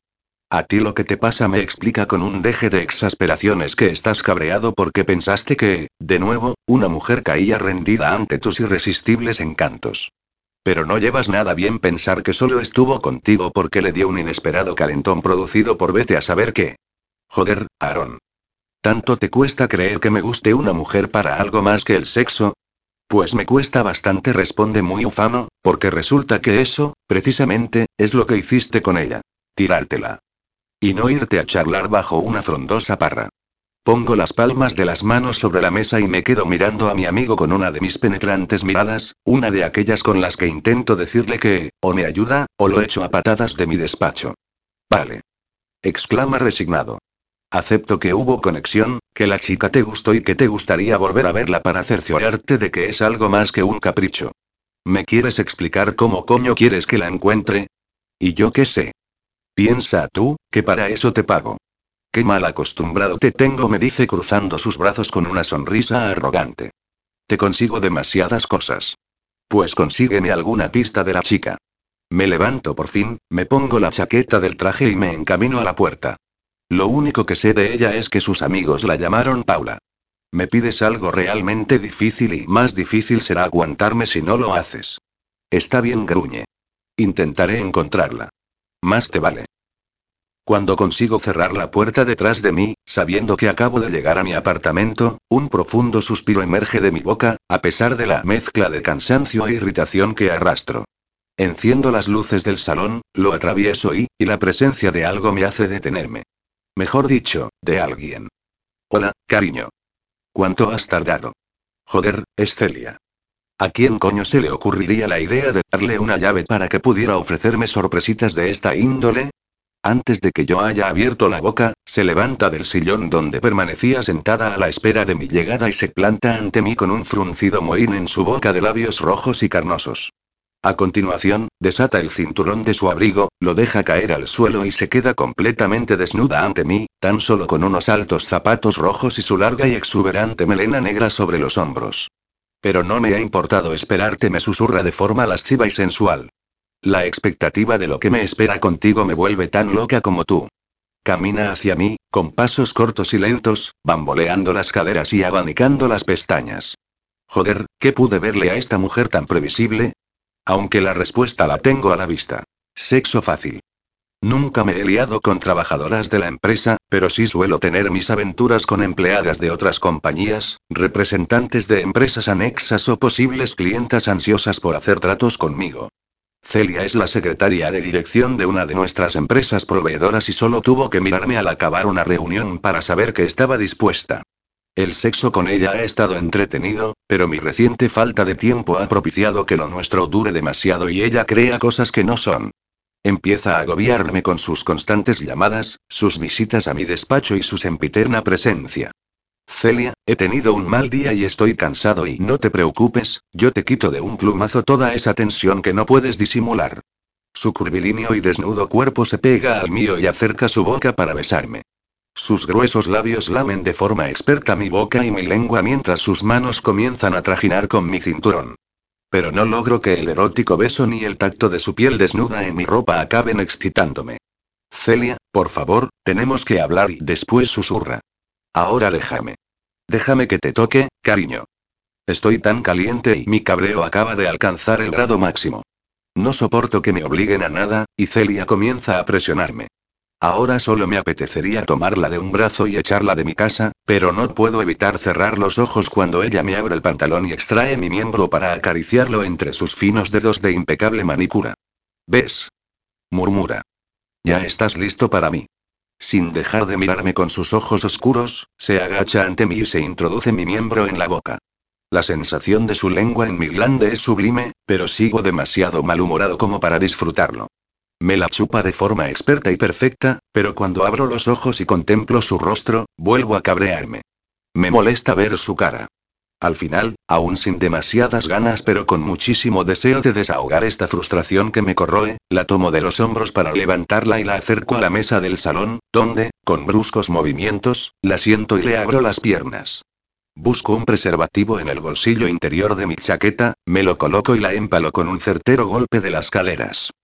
A ti lo que te pasa, me explica con un deje de exasperación, es que estás cabreado porque pensaste que, de nuevo, una mujer caía rendida ante tus irresistibles encantos. Pero no llevas nada bien pensar que solo estuvo contigo porque le dio un inesperado calentón producido por vete a saber qué. Joder, Aaron. ¿Tanto te cuesta creer que me guste una mujer para algo más que el sexo? Pues me cuesta bastante, responde muy ufano, porque resulta que eso, precisamente, es lo que hiciste con ella. Tirártela. Y no irte a charlar bajo una frondosa parra. Pongo las palmas de las manos sobre la mesa y me quedo mirando a mi amigo con una de mis penetrantes miradas, una de aquellas con las que intento decirle que, o me ayuda, o lo echo a patadas de mi despacho. Vale. Exclama resignado. Acepto que hubo conexión, que la chica te gustó y que te gustaría volver a verla para cerciorarte de que es algo más que un capricho. ¿Me quieres explicar cómo coño quieres que la encuentre? ¿Y yo qué sé? Piensa tú, que para eso te pago. Qué mal acostumbrado te tengo, me dice cruzando sus brazos con una sonrisa arrogante. Te consigo demasiadas cosas. Pues consígueme alguna pista de la chica. Me levanto por fin, me pongo la chaqueta del traje y me encamino a la puerta. Lo único que sé de ella es que sus amigos la llamaron Paula. Me pides algo realmente difícil y más difícil será aguantarme si no lo haces. Está bien, gruñe. Intentaré encontrarla. Más te vale. Cuando consigo cerrar la puerta detrás de mí, sabiendo que acabo de llegar a mi apartamento, un profundo suspiro emerge de mi boca, a pesar de la mezcla de cansancio e irritación que arrastro. Enciendo las luces del salón, lo atravieso y, y la presencia de algo me hace detenerme. Mejor dicho, de alguien. Hola, cariño. ¿Cuánto has tardado? Joder, es Celia. ¿A quién coño se le ocurriría la idea de darle una llave para que pudiera ofrecerme sorpresitas de esta índole? Antes de que yo haya abierto la boca, se levanta del sillón donde permanecía sentada a la espera de mi llegada y se planta ante mí con un fruncido mohín en su boca de labios rojos y carnosos. A continuación, desata el cinturón de su abrigo, lo deja caer al suelo y se queda completamente desnuda ante mí, tan solo con unos altos zapatos rojos y su larga y exuberante melena negra sobre los hombros. Pero no me ha importado esperarte, me susurra de forma lasciva y sensual. La expectativa de lo que me espera contigo me vuelve tan loca como tú. Camina hacia mí, con pasos cortos y lentos, bamboleando las caderas y abanicando las pestañas. Joder, ¿qué pude verle a esta mujer tan previsible? Aunque la respuesta la tengo a la vista. Sexo fácil. Nunca me he liado con trabajadoras de la empresa, pero sí suelo tener mis aventuras con empleadas de otras compañías, representantes de empresas anexas o posibles clientas ansiosas por hacer tratos conmigo. Celia es la secretaria de dirección de una de nuestras empresas proveedoras y solo tuvo que mirarme al acabar una reunión para saber que estaba dispuesta. El sexo con ella ha estado entretenido, pero mi reciente falta de tiempo ha propiciado que lo nuestro dure demasiado y ella crea cosas que no son. Empieza a agobiarme con sus constantes llamadas, sus visitas a mi despacho y su sempiterna presencia. Celia, he tenido un mal día y estoy cansado y no te preocupes, yo te quito de un plumazo toda esa tensión que no puedes disimular. Su curvilíneo y desnudo cuerpo se pega al mío y acerca su boca para besarme. Sus gruesos labios lamen de forma experta mi boca y mi lengua mientras sus manos comienzan a trajinar con mi cinturón. Pero no logro que el erótico beso ni el tacto de su piel desnuda en mi ropa acaben excitándome. Celia, por favor, tenemos que hablar y después susurra. Ahora déjame. Déjame que te toque, cariño. Estoy tan caliente y mi cabreo acaba de alcanzar el grado máximo. No soporto que me obliguen a nada, y Celia comienza a presionarme. Ahora solo me apetecería tomarla de un brazo y echarla de mi casa, pero no puedo evitar cerrar los ojos cuando ella me abre el pantalón y extrae mi miembro para acariciarlo entre sus finos dedos de impecable manicura. ¿Ves? Murmura. Ya estás listo para mí. Sin dejar de mirarme con sus ojos oscuros, se agacha ante mí y se introduce mi miembro en la boca. La sensación de su lengua en mi glande es sublime, pero sigo demasiado malhumorado como para disfrutarlo. Me la chupa de forma experta y perfecta, pero cuando abro los ojos y contemplo su rostro, vuelvo a cabrearme. Me molesta ver su cara. Al final, aún sin demasiadas ganas pero con muchísimo deseo de desahogar esta frustración que me corroe, la tomo de los hombros para levantarla y la acerco a la mesa del salón, donde, con bruscos movimientos, la siento y le abro las piernas. Busco un preservativo en el bolsillo interior de mi chaqueta, me lo coloco y la empalo con un certero golpe de las caderas.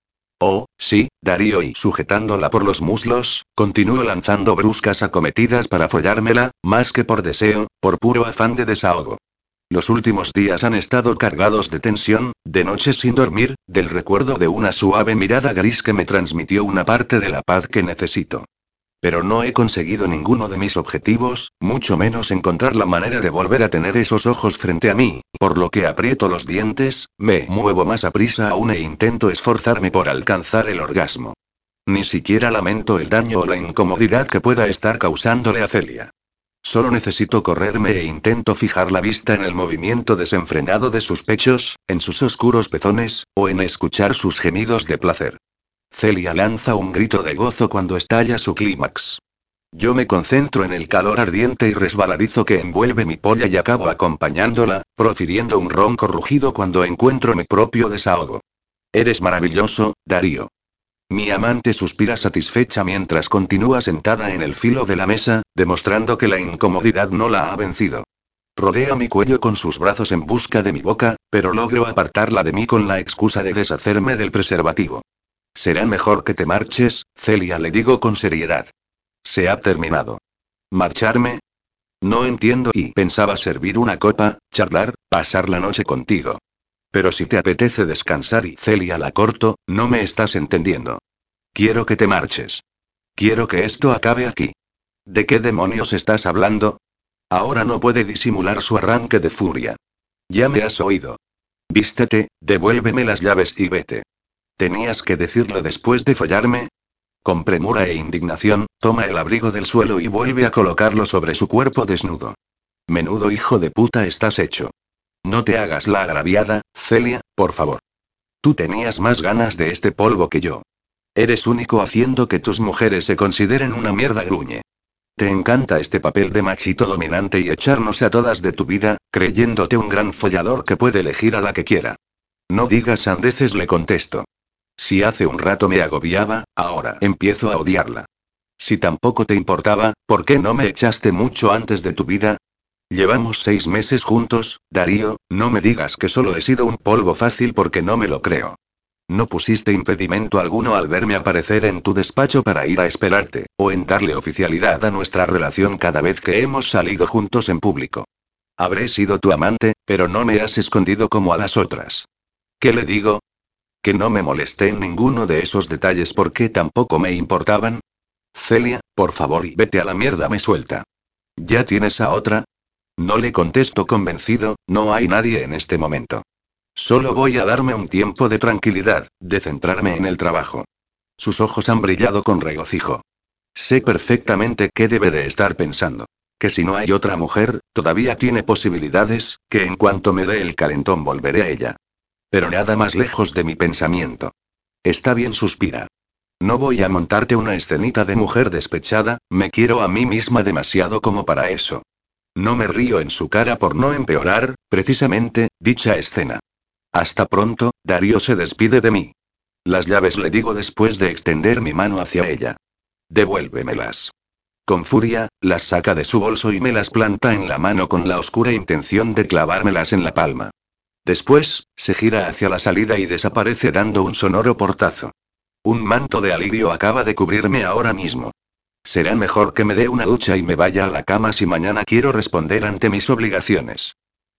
Oh, sí, Darío, y sujetándola por los muslos, continúo lanzando bruscas acometidas para follármela, más que por deseo, por puro afán de desahogo. Los últimos días han estado cargados de tensión, de noches sin dormir, del recuerdo de una suave mirada gris que me transmitió una parte de la paz que necesito. Pero no he conseguido ninguno de mis objetivos, mucho menos encontrar la manera de volver a tener esos ojos frente a mí, por lo que aprieto los dientes, me muevo más a prisa aún e intento esforzarme por alcanzar el orgasmo. Ni siquiera lamento el daño o la incomodidad que pueda estar causándole a Celia. Solo necesito correrme e intento fijar la vista en el movimiento desenfrenado de sus pechos, en sus oscuros pezones, o en escuchar sus gemidos de placer. Celia lanza un grito de gozo cuando estalla su clímax. Yo me concentro en el calor ardiente y resbaladizo que envuelve mi polla y acabo acompañándola, profiriendo un ronco rugido cuando encuentro mi propio desahogo. Eres maravilloso, Darío. Mi amante suspira satisfecha mientras continúa sentada en el filo de la mesa, demostrando que la incomodidad no la ha vencido. Rodea mi cuello con sus brazos en busca de mi boca, pero logro apartarla de mí con la excusa de deshacerme del preservativo. Será mejor que te marches, Celia, le digo con seriedad. Se ha terminado. ¿Marcharme? No entiendo y pensaba servir una copa, charlar, pasar la noche contigo. Pero si te apetece descansar y Celia la corto, no me estás entendiendo. Quiero que te marches. Quiero que esto acabe aquí. ¿De qué demonios estás hablando? Ahora no puede disimular su arranque de furia. Ya me has oído. Vístete, devuélveme las llaves y vete. ¿Tenías que decirlo después de follarme? Con premura e indignación, toma el abrigo del suelo y vuelve a colocarlo sobre su cuerpo desnudo. Menudo hijo de puta estás hecho. No te hagas la agraviada, Celia, por favor. Tú tenías más ganas de este polvo que yo. Eres único haciendo que tus mujeres se consideren una mierda, gruñe. Te encanta este papel de machito dominante y echarnos a todas de tu vida, creyéndote un gran follador que puede elegir a la que quiera. No digas sandeces, le contesto. Si hace un rato me agobiaba, ahora empiezo a odiarla. Si tampoco te importaba, ¿por qué no me echaste mucho antes de tu vida? Llevamos seis meses juntos, Darío, no me digas que solo he sido un polvo fácil porque no me lo creo. No pusiste impedimento alguno al verme aparecer en tu despacho para ir a esperarte, o en darle oficialidad a nuestra relación cada vez que hemos salido juntos en público. Habré sido tu amante, pero no me has escondido como a las otras. ¿Qué le digo? ¿Que no me molesté en ninguno de esos detalles porque tampoco me importaban? Celia, por favor, y vete a la mierda, me suelta. ¿Ya tienes a otra? No le contesto convencido, no hay nadie en este momento. Solo voy a darme un tiempo de tranquilidad, de centrarme en el trabajo. Sus ojos han brillado con regocijo. Sé perfectamente qué debe de estar pensando. Que si no hay otra mujer, todavía tiene posibilidades, que en cuanto me dé el calentón volveré a ella. Pero nada más lejos de mi pensamiento. Está bien, suspira. No voy a montarte una escenita de mujer despechada, me quiero a mí misma demasiado como para eso. No me río en su cara por no empeorar, precisamente, dicha escena. Hasta pronto, Darío se despide de mí. Las llaves, le digo después de extender mi mano hacia ella. Devuélvemelas. Con furia, las saca de su bolso y me las planta en la mano con la oscura intención de clavármelas en la palma. Después, se gira hacia la salida y desaparece dando un sonoro portazo. Un manto de alivio acaba de cubrirme ahora mismo. Será mejor que me dé una ducha y me vaya a la cama si mañana quiero responder ante mis obligaciones.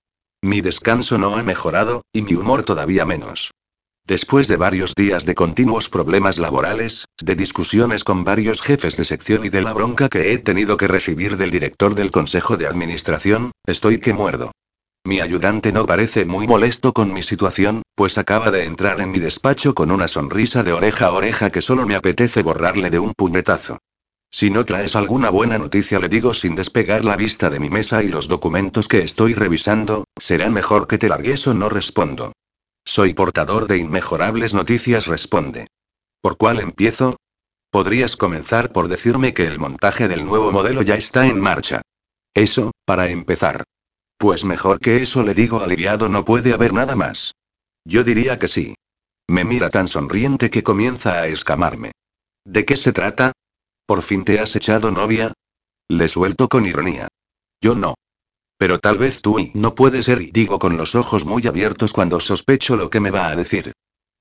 Mi descanso no ha mejorado, y mi humor todavía menos. Después de varios días de continuos problemas laborales, de discusiones con varios jefes de sección y de la bronca que he tenido que recibir del director del consejo de administración, estoy que muerdo. Mi ayudante no parece muy molesto con mi situación, pues acaba de entrar en mi despacho con una sonrisa de oreja a oreja que solo me apetece borrarle de un puñetazo. Si no traes alguna buena noticia, le digo sin despegar la vista de mi mesa y los documentos que estoy revisando, será mejor que te largues o no respondo. Soy portador de inmejorables noticias, responde. ¿Por cuál empiezo? Podrías comenzar por decirme que el montaje del nuevo modelo ya está en marcha. Eso, para empezar. Pues mejor que eso, le digo aliviado, no puede haber nada más. Yo diría que sí. Me mira tan sonriente que comienza a escamarme. ¿De qué se trata? ¿Por fin te has echado novia? Le suelto con ironía. Yo no. Pero tal vez tú, y no puede ser, y digo con los ojos muy abiertos cuando sospecho lo que me va a decir.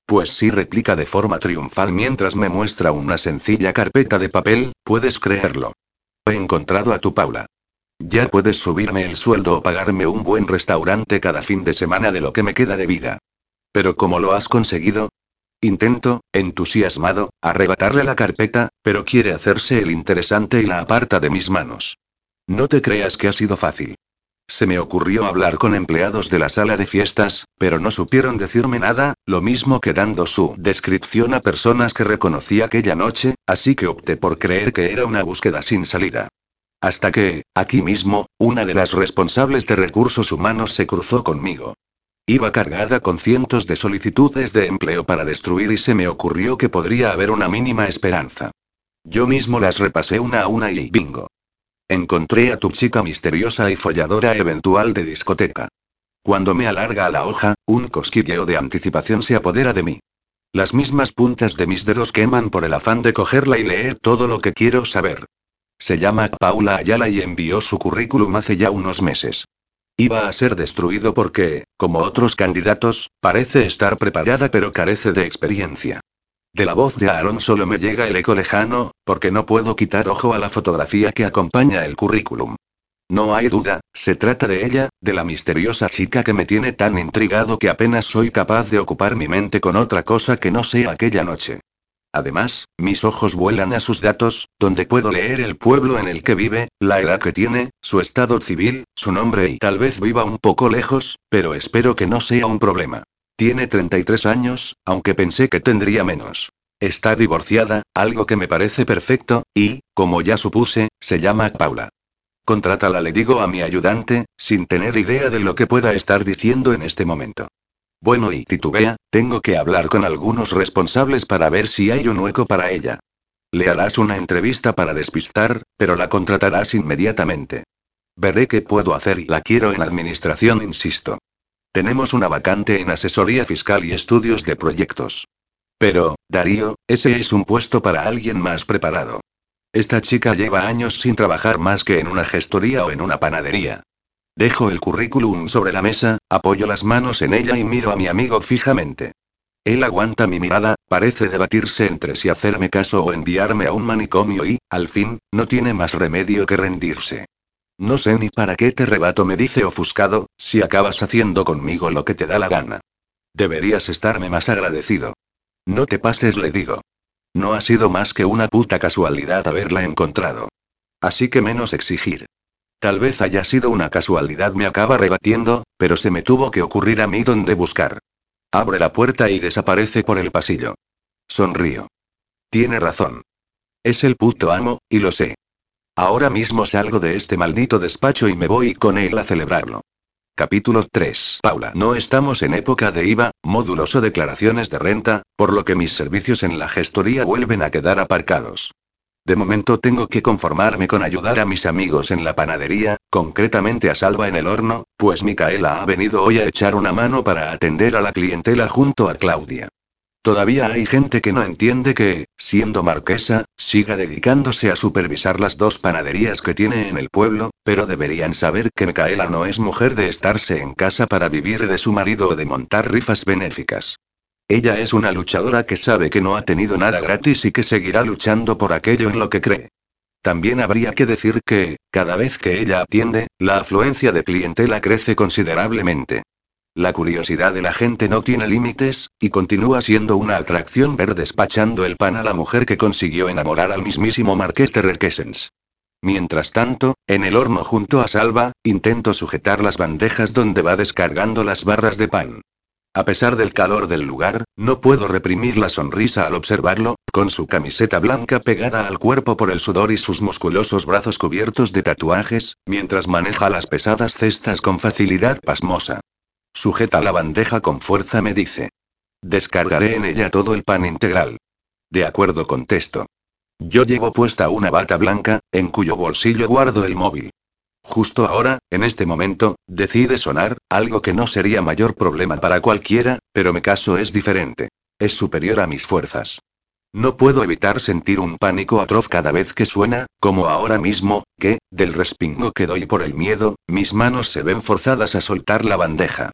Pues sí, replica de forma triunfal mientras me muestra una sencilla carpeta de papel, ¿puedes creerlo? He encontrado a tu Paula. Ya puedes subirme el sueldo o pagarme un buen restaurante cada fin de semana de lo que me queda de vida. ¿Pero cómo lo has conseguido? Intento, entusiasmado, arrebatarle la carpeta, pero quiere hacerse el interesante y la aparta de mis manos. No te creas que ha sido fácil. Se me ocurrió hablar con empleados de la sala de fiestas, pero no supieron decirme nada, lo mismo que dando su descripción a personas que reconocí aquella noche, así que opté por creer que era una búsqueda sin salida. Hasta que, aquí mismo, una de las responsables de recursos humanos se cruzó conmigo. Iba cargada con cientos de solicitudes de empleo para destruir y se me ocurrió que podría haber una mínima esperanza. Yo mismo las repasé una a una y bingo. Encontré a tu chica misteriosa y folladora eventual de discoteca. Cuando me alarga a la hoja, un cosquilleo de anticipación se apodera de mí. Las mismas puntas de mis dedos queman por el afán de cogerla y leer todo lo que quiero saber. Se llama Paula Ayala y envió su currículum hace ya unos meses. Iba a ser destruido porque, como otros candidatos, parece estar preparada pero carece de experiencia. De la voz de Aaron solo me llega el eco lejano, porque no puedo quitar ojo a la fotografía que acompaña el currículum. No hay duda, se trata de ella, de la misteriosa chica que me tiene tan intrigado que apenas soy capaz de ocupar mi mente con otra cosa que no sea aquella noche. Además, mis ojos vuelan a sus datos, donde puedo leer el pueblo en el que vive, la edad que tiene, su estado civil, su nombre y tal vez viva un poco lejos, pero espero que no sea un problema. Tiene treinta y tres años, aunque pensé que tendría menos. Está divorciada, algo que me parece perfecto, y, como ya supuse, se llama Paula. Contrátala, le digo a mi ayudante, sin tener idea de lo que pueda estar diciendo en este momento. Bueno, y titubea, tengo que hablar con algunos responsables para ver si hay un hueco para ella. Le harás una entrevista para despistar, pero la contratarás inmediatamente. Veré qué puedo hacer y la quiero en administración, insisto. Tenemos una vacante en asesoría fiscal y estudios de proyectos. Pero, Darío, ese es un puesto para alguien más preparado. Esta chica lleva años sin trabajar más que en una gestoría o en una panadería. Dejo el currículum sobre la mesa, apoyo las manos en ella y miro a mi amigo fijamente. Él aguanta mi mirada, parece debatirse entre si hacerme caso o enviarme a un manicomio y, al fin, no tiene más remedio que rendirse. No sé ni para qué te rebato, me dice ofuscado, si acabas haciendo conmigo lo que te da la gana. Deberías estarme más agradecido. No te pases, le digo. No ha sido más que una puta casualidad haberla encontrado. Así que menos exigir. Tal vez haya sido una casualidad, me acaba rebatiendo, pero se me tuvo que ocurrir a mí dónde buscar. Abre la puerta y desaparece por el pasillo. Sonrío. Tiene razón. Es el puto amo, y lo sé. Ahora mismo salgo de este maldito despacho y me voy con él a celebrarlo. Capítulo tres. Paula. No estamos en época de I V A, módulos o declaraciones de renta, por lo que mis servicios en la gestoría vuelven a quedar aparcados. De momento tengo que conformarme con ayudar a mis amigos en la panadería, concretamente a Salva en el horno, pues Micaela ha venido hoy a echar una mano para atender a la clientela junto a Claudia. Todavía hay gente que no entiende que, siendo marquesa, siga dedicándose a supervisar las dos panaderías que tiene en el pueblo, pero deberían saber que Micaela no es mujer de estarse en casa para vivir de su marido o de montar rifas benéficas. Ella es una luchadora que sabe que no ha tenido nada gratis y que seguirá luchando por aquello en lo que cree. También habría que decir que, cada vez que ella atiende, la afluencia de clientela crece considerablemente. La curiosidad de la gente no tiene límites, y continúa siendo una atracción ver despachando el pan a la mujer que consiguió enamorar al mismísimo Marqués de Requesens. Mientras tanto, en el horno junto a Salva, intento sujetar las bandejas donde va descargando las barras de pan. A pesar del calor del lugar, no puedo reprimir la sonrisa al observarlo, con su camiseta blanca pegada al cuerpo por el sudor y sus musculosos brazos cubiertos de tatuajes, mientras maneja las pesadas cestas con facilidad pasmosa. Sujeta la bandeja con fuerza, me dice. Descargaré en ella todo el pan integral. De acuerdo, contesto. Yo llevo puesta una bata blanca, en cuyo bolsillo guardo el móvil. Justo ahora, en este momento, decide sonar, algo que no sería mayor problema para cualquiera, pero mi caso es diferente. Es superior a mis fuerzas. No puedo evitar sentir un pánico atroz cada vez que suena, como ahora mismo, que, del respingo que doy por el miedo, mis manos se ven forzadas a soltar la bandeja.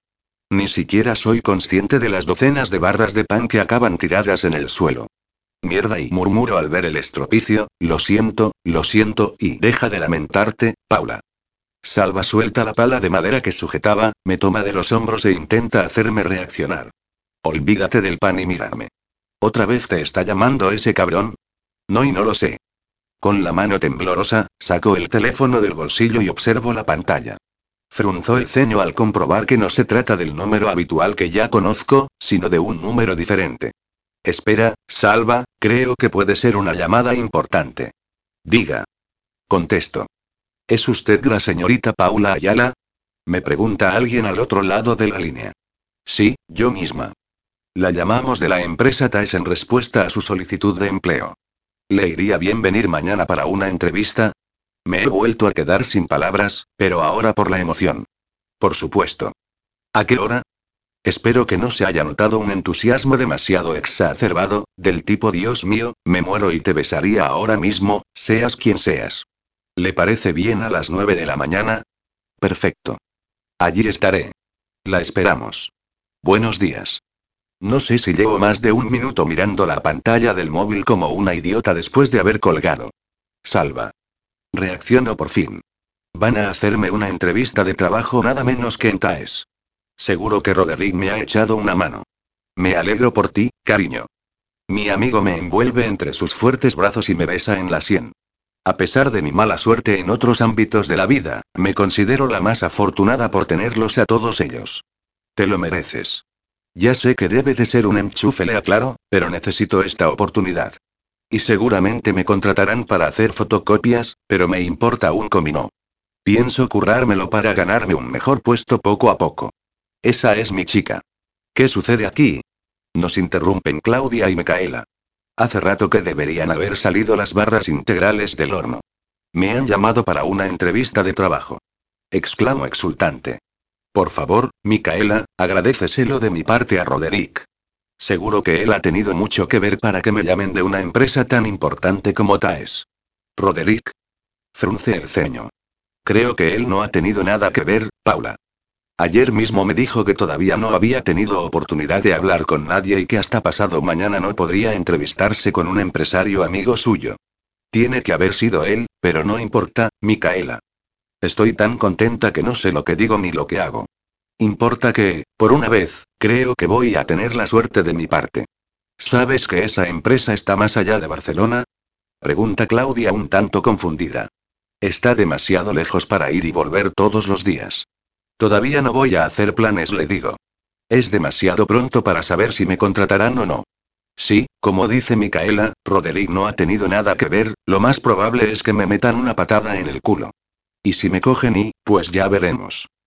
Ni siquiera soy consciente de las docenas de barras de pan que acaban tiradas en el suelo. Mierda, y murmuro al ver el estropicio, lo siento, lo siento, y deja de lamentarte, Paula. Salva suelta la pala de madera que sujetaba, me toma de los hombros e intenta hacerme reaccionar. Olvídate del pan y mírame. ¿Otra vez te está llamando ese cabrón? No, y no lo sé. Con la mano temblorosa, saco el teléfono del bolsillo y observo la pantalla. Frunzó el ceño al comprobar que no se trata del número habitual que ya conozco, sino de un número diferente. Espera, Salva, creo que puede ser una llamada importante. Diga. Contesto. ¿Es usted la señorita Paula Ayala? Me pregunta alguien al otro lado de la línea. Sí, yo misma. La llamamos de la empresa T A S en respuesta a su solicitud de empleo. ¿Le iría bien venir mañana para una entrevista? Me he vuelto a quedar sin palabras, pero ahora por la emoción. Por supuesto. ¿A qué hora? Espero que no se haya notado un entusiasmo demasiado exacerbado, del tipo Dios mío, me muero y te besaría ahora mismo, seas quien seas. ¿Le parece bien a las nueve de la mañana? Perfecto. Allí estaré. La esperamos. Buenos días. No sé si llevo más de un minuto mirando la pantalla del móvil como una idiota después de haber colgado. Salva. Reacciono por fin. Van a hacerme una entrevista de trabajo nada menos que en T A E S. Seguro que Roderick me ha echado una mano. Me alegro por ti, cariño. Mi amigo me envuelve entre sus fuertes brazos y me besa en la sien. A pesar de mi mala suerte en otros ámbitos de la vida, me considero la más afortunada por tenerlos a todos ellos. Te lo mereces. Ya sé que debe de ser un enchufe, le aclaro, pero necesito esta oportunidad. Y seguramente me contratarán para hacer fotocopias, pero me importa un comino. Pienso currármelo para ganarme un mejor puesto poco a poco. Esa es mi chica. ¿Qué sucede aquí? Nos interrumpen Claudia y Micaela. Hace rato que deberían haber salido las barras integrales del horno. Me han llamado para una entrevista de trabajo. Exclamo exultante. Por favor, Micaela, agradéceselo de mi parte a Roderick. Seguro que él ha tenido mucho que ver para que me llamen de una empresa tan importante como T A E S. Roderick. Frunce el ceño. Creo que él no ha tenido nada que ver, Paula. Ayer mismo me dijo que todavía no había tenido oportunidad de hablar con nadie y que hasta pasado mañana no podría entrevistarse con un empresario amigo suyo. Tiene que haber sido él, pero no importa, Micaela. Estoy tan contenta que no sé lo que digo ni lo que hago. Importa que, por una vez, creo que voy a tener la suerte de mi parte. ¿Sabes que esa empresa está más allá de Barcelona? Pregunta Claudia un tanto confundida. Está demasiado lejos para ir y volver todos los días. Todavía no voy a hacer planes, le digo. Es demasiado pronto para saber si me contratarán o no. Sí, como dice Micaela, Roderick no ha tenido nada que ver, lo más probable es que me metan una patada en el culo. Y si me cogen y, pues ya veremos.